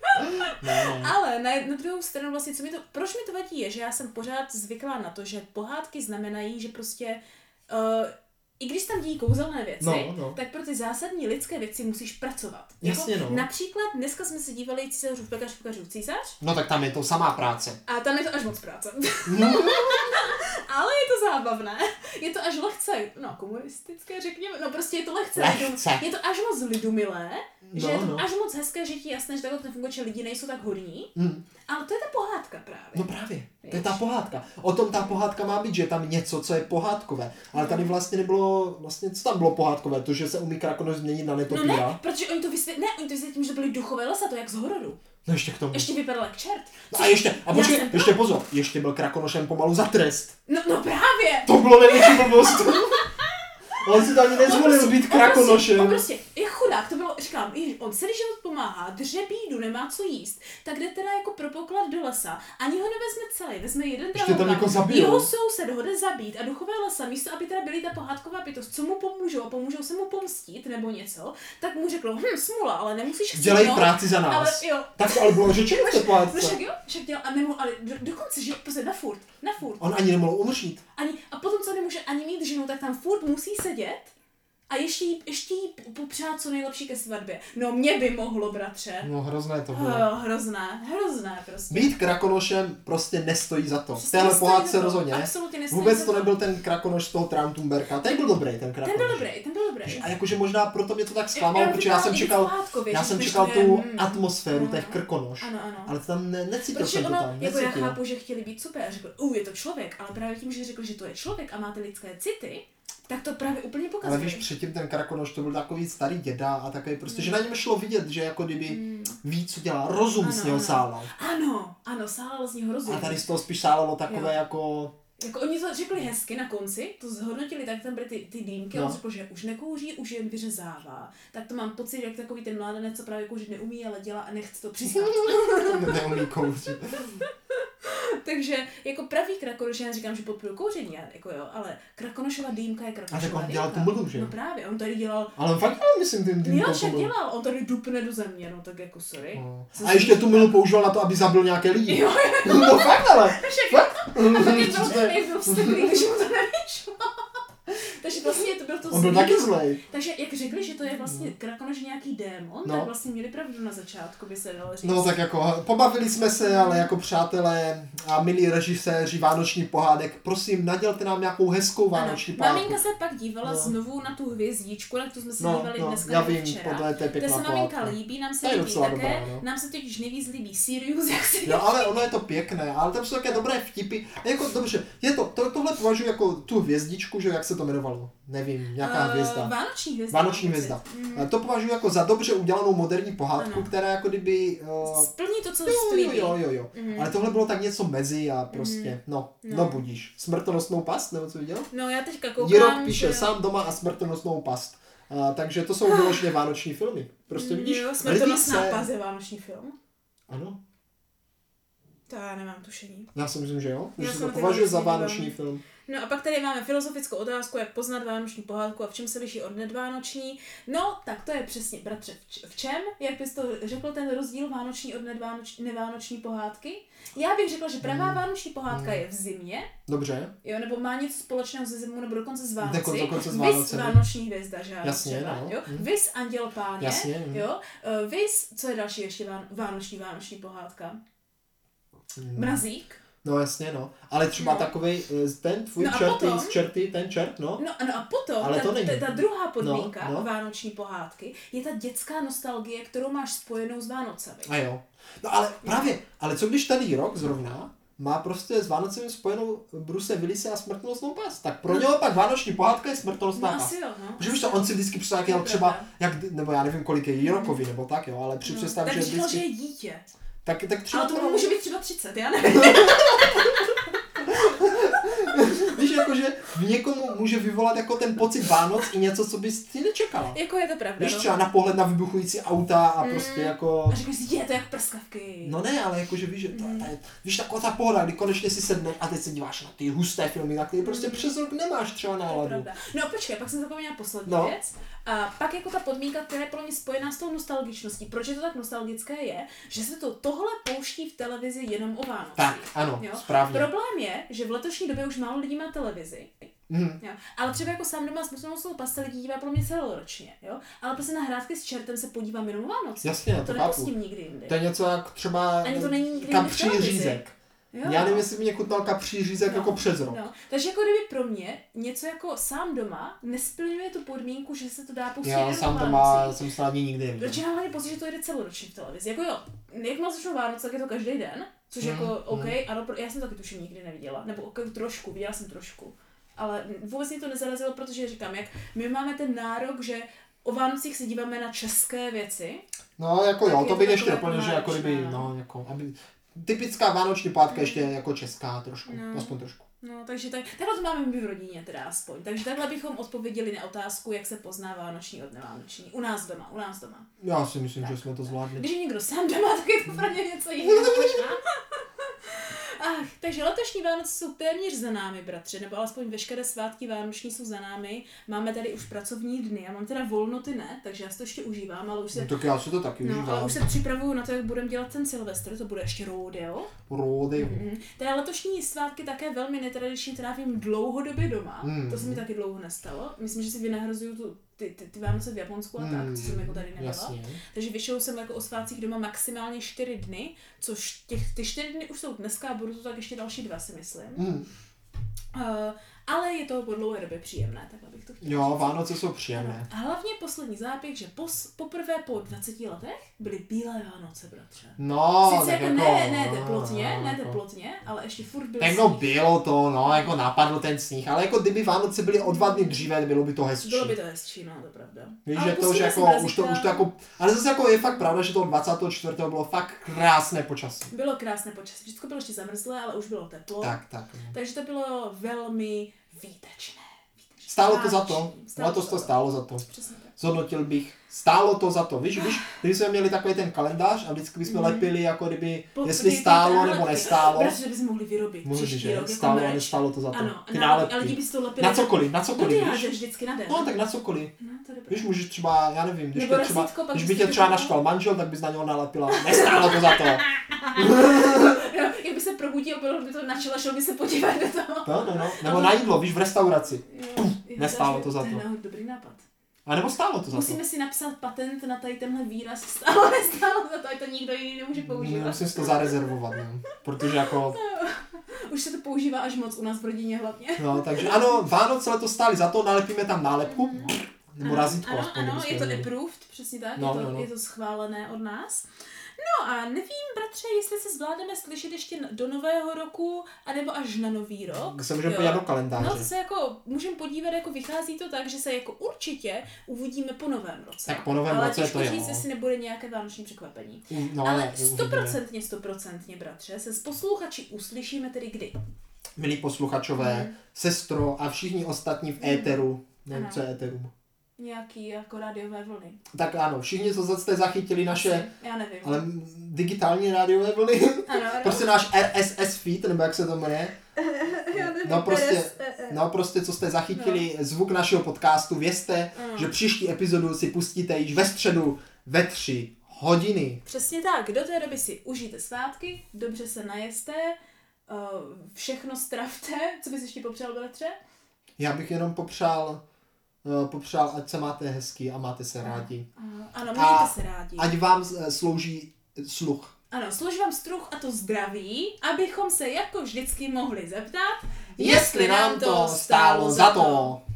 No. Ale na, na druhou stranu vlastně, co mi to, proč mi to vadí, je, že já jsem pořád zvyklá na to, že pohádky znamenají, že prostě uh, i když tam dějí kouzelné věci, no, no. tak pro ty zásadní lidské věci musíš pracovat. Jasně, jako, no. Například dneska jsme se dívali Císařův pekař, pekařův císař. No tak tam je to samá práce. A tam je to až moc práce. Ale je to zábavné. Je to až lehce, no komunistické řekněme, no prostě je to lehce. lehce. Je to až moc lidumilé, no, že je to no. až moc hezké, že ti jasné, že takhle to funguje, že lidi nejsou tak hodní. Mm. Ale to je ta pohádka právě. No právě, to je ta pohádka. O tom ta pohádka má být, že je tam něco, co je pohádkové. Ale tady vlastně nebylo, vlastně co tam bylo pohádkové? To, že se umí Krakonoš změnit na netopíra? No ne, protože oni to vysvětlili, ne, oni to vysvětlili tím, že to byly duchové lesa, to jak z horodu. No ještě k tomu. Ještě vypadal jak čert. No a ještě, a počkej, ještě pozor, ještě byl Krakonošem pomalu za trest. No, no právě. To bylo největší blbost. On si to ani nezvolil prostě, být Krakonošem. On prostě, je chudák, to bylo, říkám, on celý život pomáhá, dře bídu, nemá co jíst, tak jde teda jako pro poklad do lesa, ani ho nevezme celý, vezme jeden drahokam, jeho soused ho jde zabít a duchové lesa, místo aby teda byly ta pohádková bytost, co mu pomůžou a pomůžou se mu pomstít nebo něco, tak mu řeklo, hm, smula, ale nemusíš chcít. Dělej práci za nás. Ale, jo. Tak to ale bylo řečeno v té pohádce. Však jo, však dělal, a nemohl, ale do, dokonce, že prostě na furt, na furt. On ani nemohl umřít. Ani, a potom, co nemůže ani mít ženu, tak tam furt musí sedět a ještě jí, ještě jí popřát co nejlepší ke svatbě. No mě by mohlo, bratře. No hrozné to bylo. Oh, hrozné, hrozné prostě. Být Krakonošem prostě nestojí za to. V téhle pohádce rozhodně. Absolutně nestojí Vůbec za to to nebyl ten Krakonoš z toho Traumtumberka. Ten byl dobrý, ten Krakonoš. Ten byl dobrý, ten byl dobrý. A jakože možná proto mě to tak zklamalo, protože já jsem čekal, já jsem čekal tu atmosféru těch Krkonoš. Ano, ano. Ale tam ne, necítil jsem to tam. Jako já chápu, že chtěli být super a řekl, uh, je to člověk, ale právě tím, že řekl, že to je člověk a má ty lidské city, tak to právě úplně pokazuje. Ale víš, předtím ten Krakonoš to byl takový starý děda a takový prostě, mm. že na něm šlo vidět, že jako kdyby mm. ví, co dělá, rozum ano, z něho sálal. Ano, ano, sálal z něho rozum. A tady z toho spíš sálalo takové jo. jako... Jako oni to řekli hezky na konci, to zhodnotili, tak tam byly ty, ty dýmky, no. On řekl, že už nekouří, už jen vyřezává. Tak to mám pocit, jak takový ten mládenec, co právě kouřit neumí, ale dělá a nechce to přiznat. Neumí kouřit. Takže jako pravý Krakonoš, já říkám, že podporu kouření, jako jo, ale Krakonošova dýmka je Krakonošova dýmka. A tak on dělal tu mlhu, že? No právě, on tady dělal... Ale on fakt dělal, myslím, tím dýmkou. Jo, však dělal, on tady dupne do země, no tak jako sorry. No. A ještě tu mlhu používal na to, aby zabil nějaké lidi. Jo, jo. No fakt ale. Však, fakt? A tak je to, jak byl vsteklý, když mu to nevyšlo. Takže vlastně to byl to On byl taky zlej. Takže jak řekli, že to je vlastně krakonož nějaký démon, no. tak vlastně měli pravdu na začátku, by se dalo říct. No tak jako pobavili jsme se, ale jako přátelé a milí režiséři vánoční pohádek, prosím, nadělte nám nějakou hezkou vánoční ano. pohádku. Maminka se pak dívala no. znovu na tu hvězdičku, na tu jsme se no, dívali no, dneska já vím, včera. podle té pěkná se maminka líbí, nám se líbí také, dobrá, no. nám se totiž nejvíc líbí Sirius, jak si Jo, ale ono je to pěkné, ale tam jsou také dobré vtipy. A jako dobře, je to, to tohle považuji jako tu hvězdičku, že jak se to jmenovalo, nevím, nějaká uh, hvězda. Vánoční hvězda. Vánoční hvězda. Mm. To považuji jako za dobře udělanou moderní pohádku, ano. která jako kdyby... Uh, splní to, co jo, slíbí. Jo, jo, jo. Mm. Ale tohle bylo tak něco mezi a prostě, mm. no, no, no budíš. Smrtonosnou past, nebo co viděl? No já teďka koukám, Jirok píše že... sám doma a smrtonosnou past. Uh, takže to jsou vyloženě vánoční filmy. Prostě vidíš, jo, smrtonosná past je vánoční film. Ano. To já nemám tušení. Já si myslím, že jo. Já Že se to považuje za vánoční dívám. film. No a pak tady máme filozofickou otázku, jak poznat vánoční pohádku a v čem se liší od nedvánoční. No, tak to je přesně, bratře, v čem? Jak bys to řekl ten rozdíl vánoční od nedvánoční, nevánoční pohádky? Já bych řekla, že pravá mm. vánoční pohádka mm. je v zimě. Dobře. Jo, nebo má něco společného se zimou, nebo dokonce s Vánoci. Dekon, dokonce s Vys vánoční hvězda, že jasně, třeba, no. jo? Mm. Vys Anděl Páně, jasně, mm. jo? Uh, Vys, co je další ještě ván, vánoční, vánoční pohádka? Mm. Mrazík. No jasně, no. Ale třeba no. takovej, ten tvůj no čert potom, z čerty, ten čert, no. No, no a potom, ale to ta, není. ta, ta druhá podmínka no, no. vánoční pohádky je ta dětská nostalgie, kterou máš spojenou s Vánocemi. A jo. No ale právě, ale co když tady rok zrovna má prostě s Vánocemi spojenou Bruce Willise a smrtonosnou past. Tak pro no. něho pak vánoční pohádka je smrtonosná no, past. Jo, no. Protože víš to, on si vždycky představ, jak třeba, jak, nebo já nevím kolik je Jirokovi, nebo tak jo, ale při no. představ, tak že vždycky... Tak že je dítě. Tak, tak třeba... Ale to tomu může být třeba třicet, já nevím. Víš, jakože v někomu může vyvolat jako ten pocit Vánoc i něco, co bys si nečekala. Jako je to pravda. Víš, no. třeba na pohled na vybuchující auta a mm. prostě jako... A řekneš si, je to jak prskavky. No ne, ale jakože víš, že to, to je, víš, taková ta pohoda, kdy konečně si sedne a teď se díváš na ty husté filmy, na které prostě mm. přes rok nemáš třeba náladu. No počkej, pak jsem zapomněla poslední no. věc. A pak jako ta podmínka, která je pro mě spojená s tou nostalgičností. Proč je to tak nostalgické je, že se to tohle pouští v televizi jenom o Vánocích. Tak, ano, jo? Správně. Problém je, že v letošní době už málo lidí má televizi. Mm. Jo. Ale třeba jako sám doma s muslimskou pastel lidí dívá pro mě celoročně, jo. Ale prostě na Hrádky s čertem se podívám jenom o Vánoci. Jasně, to, to nepustím nikdy jindy. To je něco jak třeba ani to není nikdy kapří řízek. Jo. Já nevím, jestli mě chutnal kapří řízek no, jako přes rok. No. Takže jako kdyby pro mě něco jako sám doma nesplňuje tu podmínku, že se to dá pustit já jenom sám doma jsem se ani nikdy neviděl. Protože já mám pocit, že to jde celoročně v televizi. Jako jo, jakmile začnou Vánoce, tak je to každý den, což mm, jako OK, mm. ano, já jsem taky tuším nikdy neviděla, nebo okay, trošku, viděla jsem trošku. Ale vůbec mě to nezarazilo, protože říkám, jak my máme ten nárok, že o Vánocích se díváme na české věci. No jako jo, to bych ještě doplnil, že jako kdyby, no jako, aby, typická vánoční pohádka mm. ještě jako česká trošku, no. aspoň trošku. No, takže tak, takhle to máme my v rodině teda aspoň. Takže takhle bychom odpověděli na otázku, jak se pozná vánoční od nevánoční. U nás doma, u nás doma. Já si myslím, tak. že jsme to zvládli. Když je někdo sám doma, tak je to pro ně něco jiného možná. Ach, takže letošní Vánoce jsou téměř za námi, bratře, nebo alespoň veškeré svátky vánoční jsou za námi. Máme tady už pracovní dny, já mám teda volnoty ne, takže já si to ještě užívám, ale už se... No, tak já si to taky no, užívám. ale už se připravuju na to, jak budeme dělat ten Silvestr, to bude ještě rodeo. Rodeo. Mm-hmm. Teda letošní svátky také velmi netradičně trávím dlouhodobě doma, mm. to se mi taky dlouho nestalo. Myslím, že si vynahrazuju tu Ty, ty, ty Vánoce v Japonsku a tak, co jsem jako tady nebyla. Jasně. Takže většinou jsem jako o svátcích doma maximálně čtyři dny, což těch, ty čtyři dny už jsou dneska a budu to tak ještě další dva, si myslím. Mm. Uh, ale je to po dlouhé době příjemné, tak abych to chtěla. Jo, říct. Vánoce jsou příjemné. A hlavně poslední zápěch, že pos, poprvé po dvaceti letech byly bílé Vánoce, bratře. No, sice tak jako, jako ne, ne teplotně, no, ne jako. teplotně, ale ještě furt byl tak no bylo to, no, jako napadl ten sníh, ale jako kdyby Vánoce byly o dva dny dříve, bylo by to hezčí. Bylo by to hezčí, no, to pravda. Víš, že to, že jako, už to, už to jako, ale zase jako je fakt pravda, že to dvacátého čtvrtého bylo fakt krásné počasí. Bylo krásné počasí, vždycky bylo ještě zamrzlé, ale už bylo teplo. Tak, tak. No. Takže to bylo velmi výtečné. výtečné. Stálo to za to, letos to stálo za to. Přesně tak. Zhodnotil bych, stálo to za to, víš, víš, kdyby jsme měli takový ten kalendář a vždycky bychom mm. lepili, jako kdyby, po, jestli ty, stálo ty nebo nestálo. Bratře, že bychom mohli vyrobit Mohli, příští že? rok, Stálo jako a nestálo to za to. Ano, ty na, nálepky. ale lidi by to lepili. Na cokoliv, na cokoliv, no, víš. ty vždycky na den. No, tak na cokoliv. No, to je víš, můžeš třeba, já nevím, když, nebo třeba, rasítko, když by tě třeba naštval manžel, tak bys na něho nalepila. Nestálo to za to. No, jak by se probudil, bylo by to na čele, šel by se podívat do toho. No, no, no. Nebo na jídlo, víš, v restauraci. Jo, Nestálo to za to. To je dobrý nápad. A nebo stálo to za to. Musíme si napsat patent na tady tenhle výraz. Stálo, nestálo za to, ať to nikdo jiný nemůže používat. Musím si to zarezervovat, no. Protože jako... Už se to používá až moc u nás v rodině hlavně. No, takže ano, Vánoce letos stály za to, nalepíme tam nálepku. Mm-hmm. Nebo razítko. Ano, aspoň, ano, je to měli. approved, přesně tak, No, je, to, no, no. je to schválené od nás. No a nevím, bratře, jestli se zvládneme slyšet ještě do nového roku, anebo až na nový rok. Se můžeme podívat do kalendáře. No, to se jako, můžeme podívat, jako vychází to tak, že se jako určitě uvidíme po novém roce. Tak po novém ale roce to je, říct, no. jestli nebude nějaké vánoční překvapení. No, ale ne, stoprocentně, stoprocentně, bratře, se s posluchači uslyšíme tedy kdy? Milí posluchačové, mm. sestro a všichni ostatní v éteru. Nevím, Ano. co je éteru. Nějaký jako rádiové vlny. Tak ano, všichni, co jste zachytili naše, já nevím. ale digitální rádiové vlny. Ano, ano. Prostě náš R S S feed, nebo jak se to jmenuje. Já nevím, No prostě, R S, no prostě, co jste zachytili no. zvuk našeho podcastu, vězte, ano. že příští epizodu si pustíte již ve středu ve tři hodiny. Přesně tak, do té doby si užijte svátky, dobře se najeste, všechno stravte. Co bys ještě popřál, bratře? Já bych jenom popřál, popřál, ať se máte hezky a máte se rádi. Ano, mějte se rádi. Ať vám slouží sluch. Ano, slouží vám struh a to zdraví, abychom se jako vždycky mohli zeptat, jestli nám to stálo za to.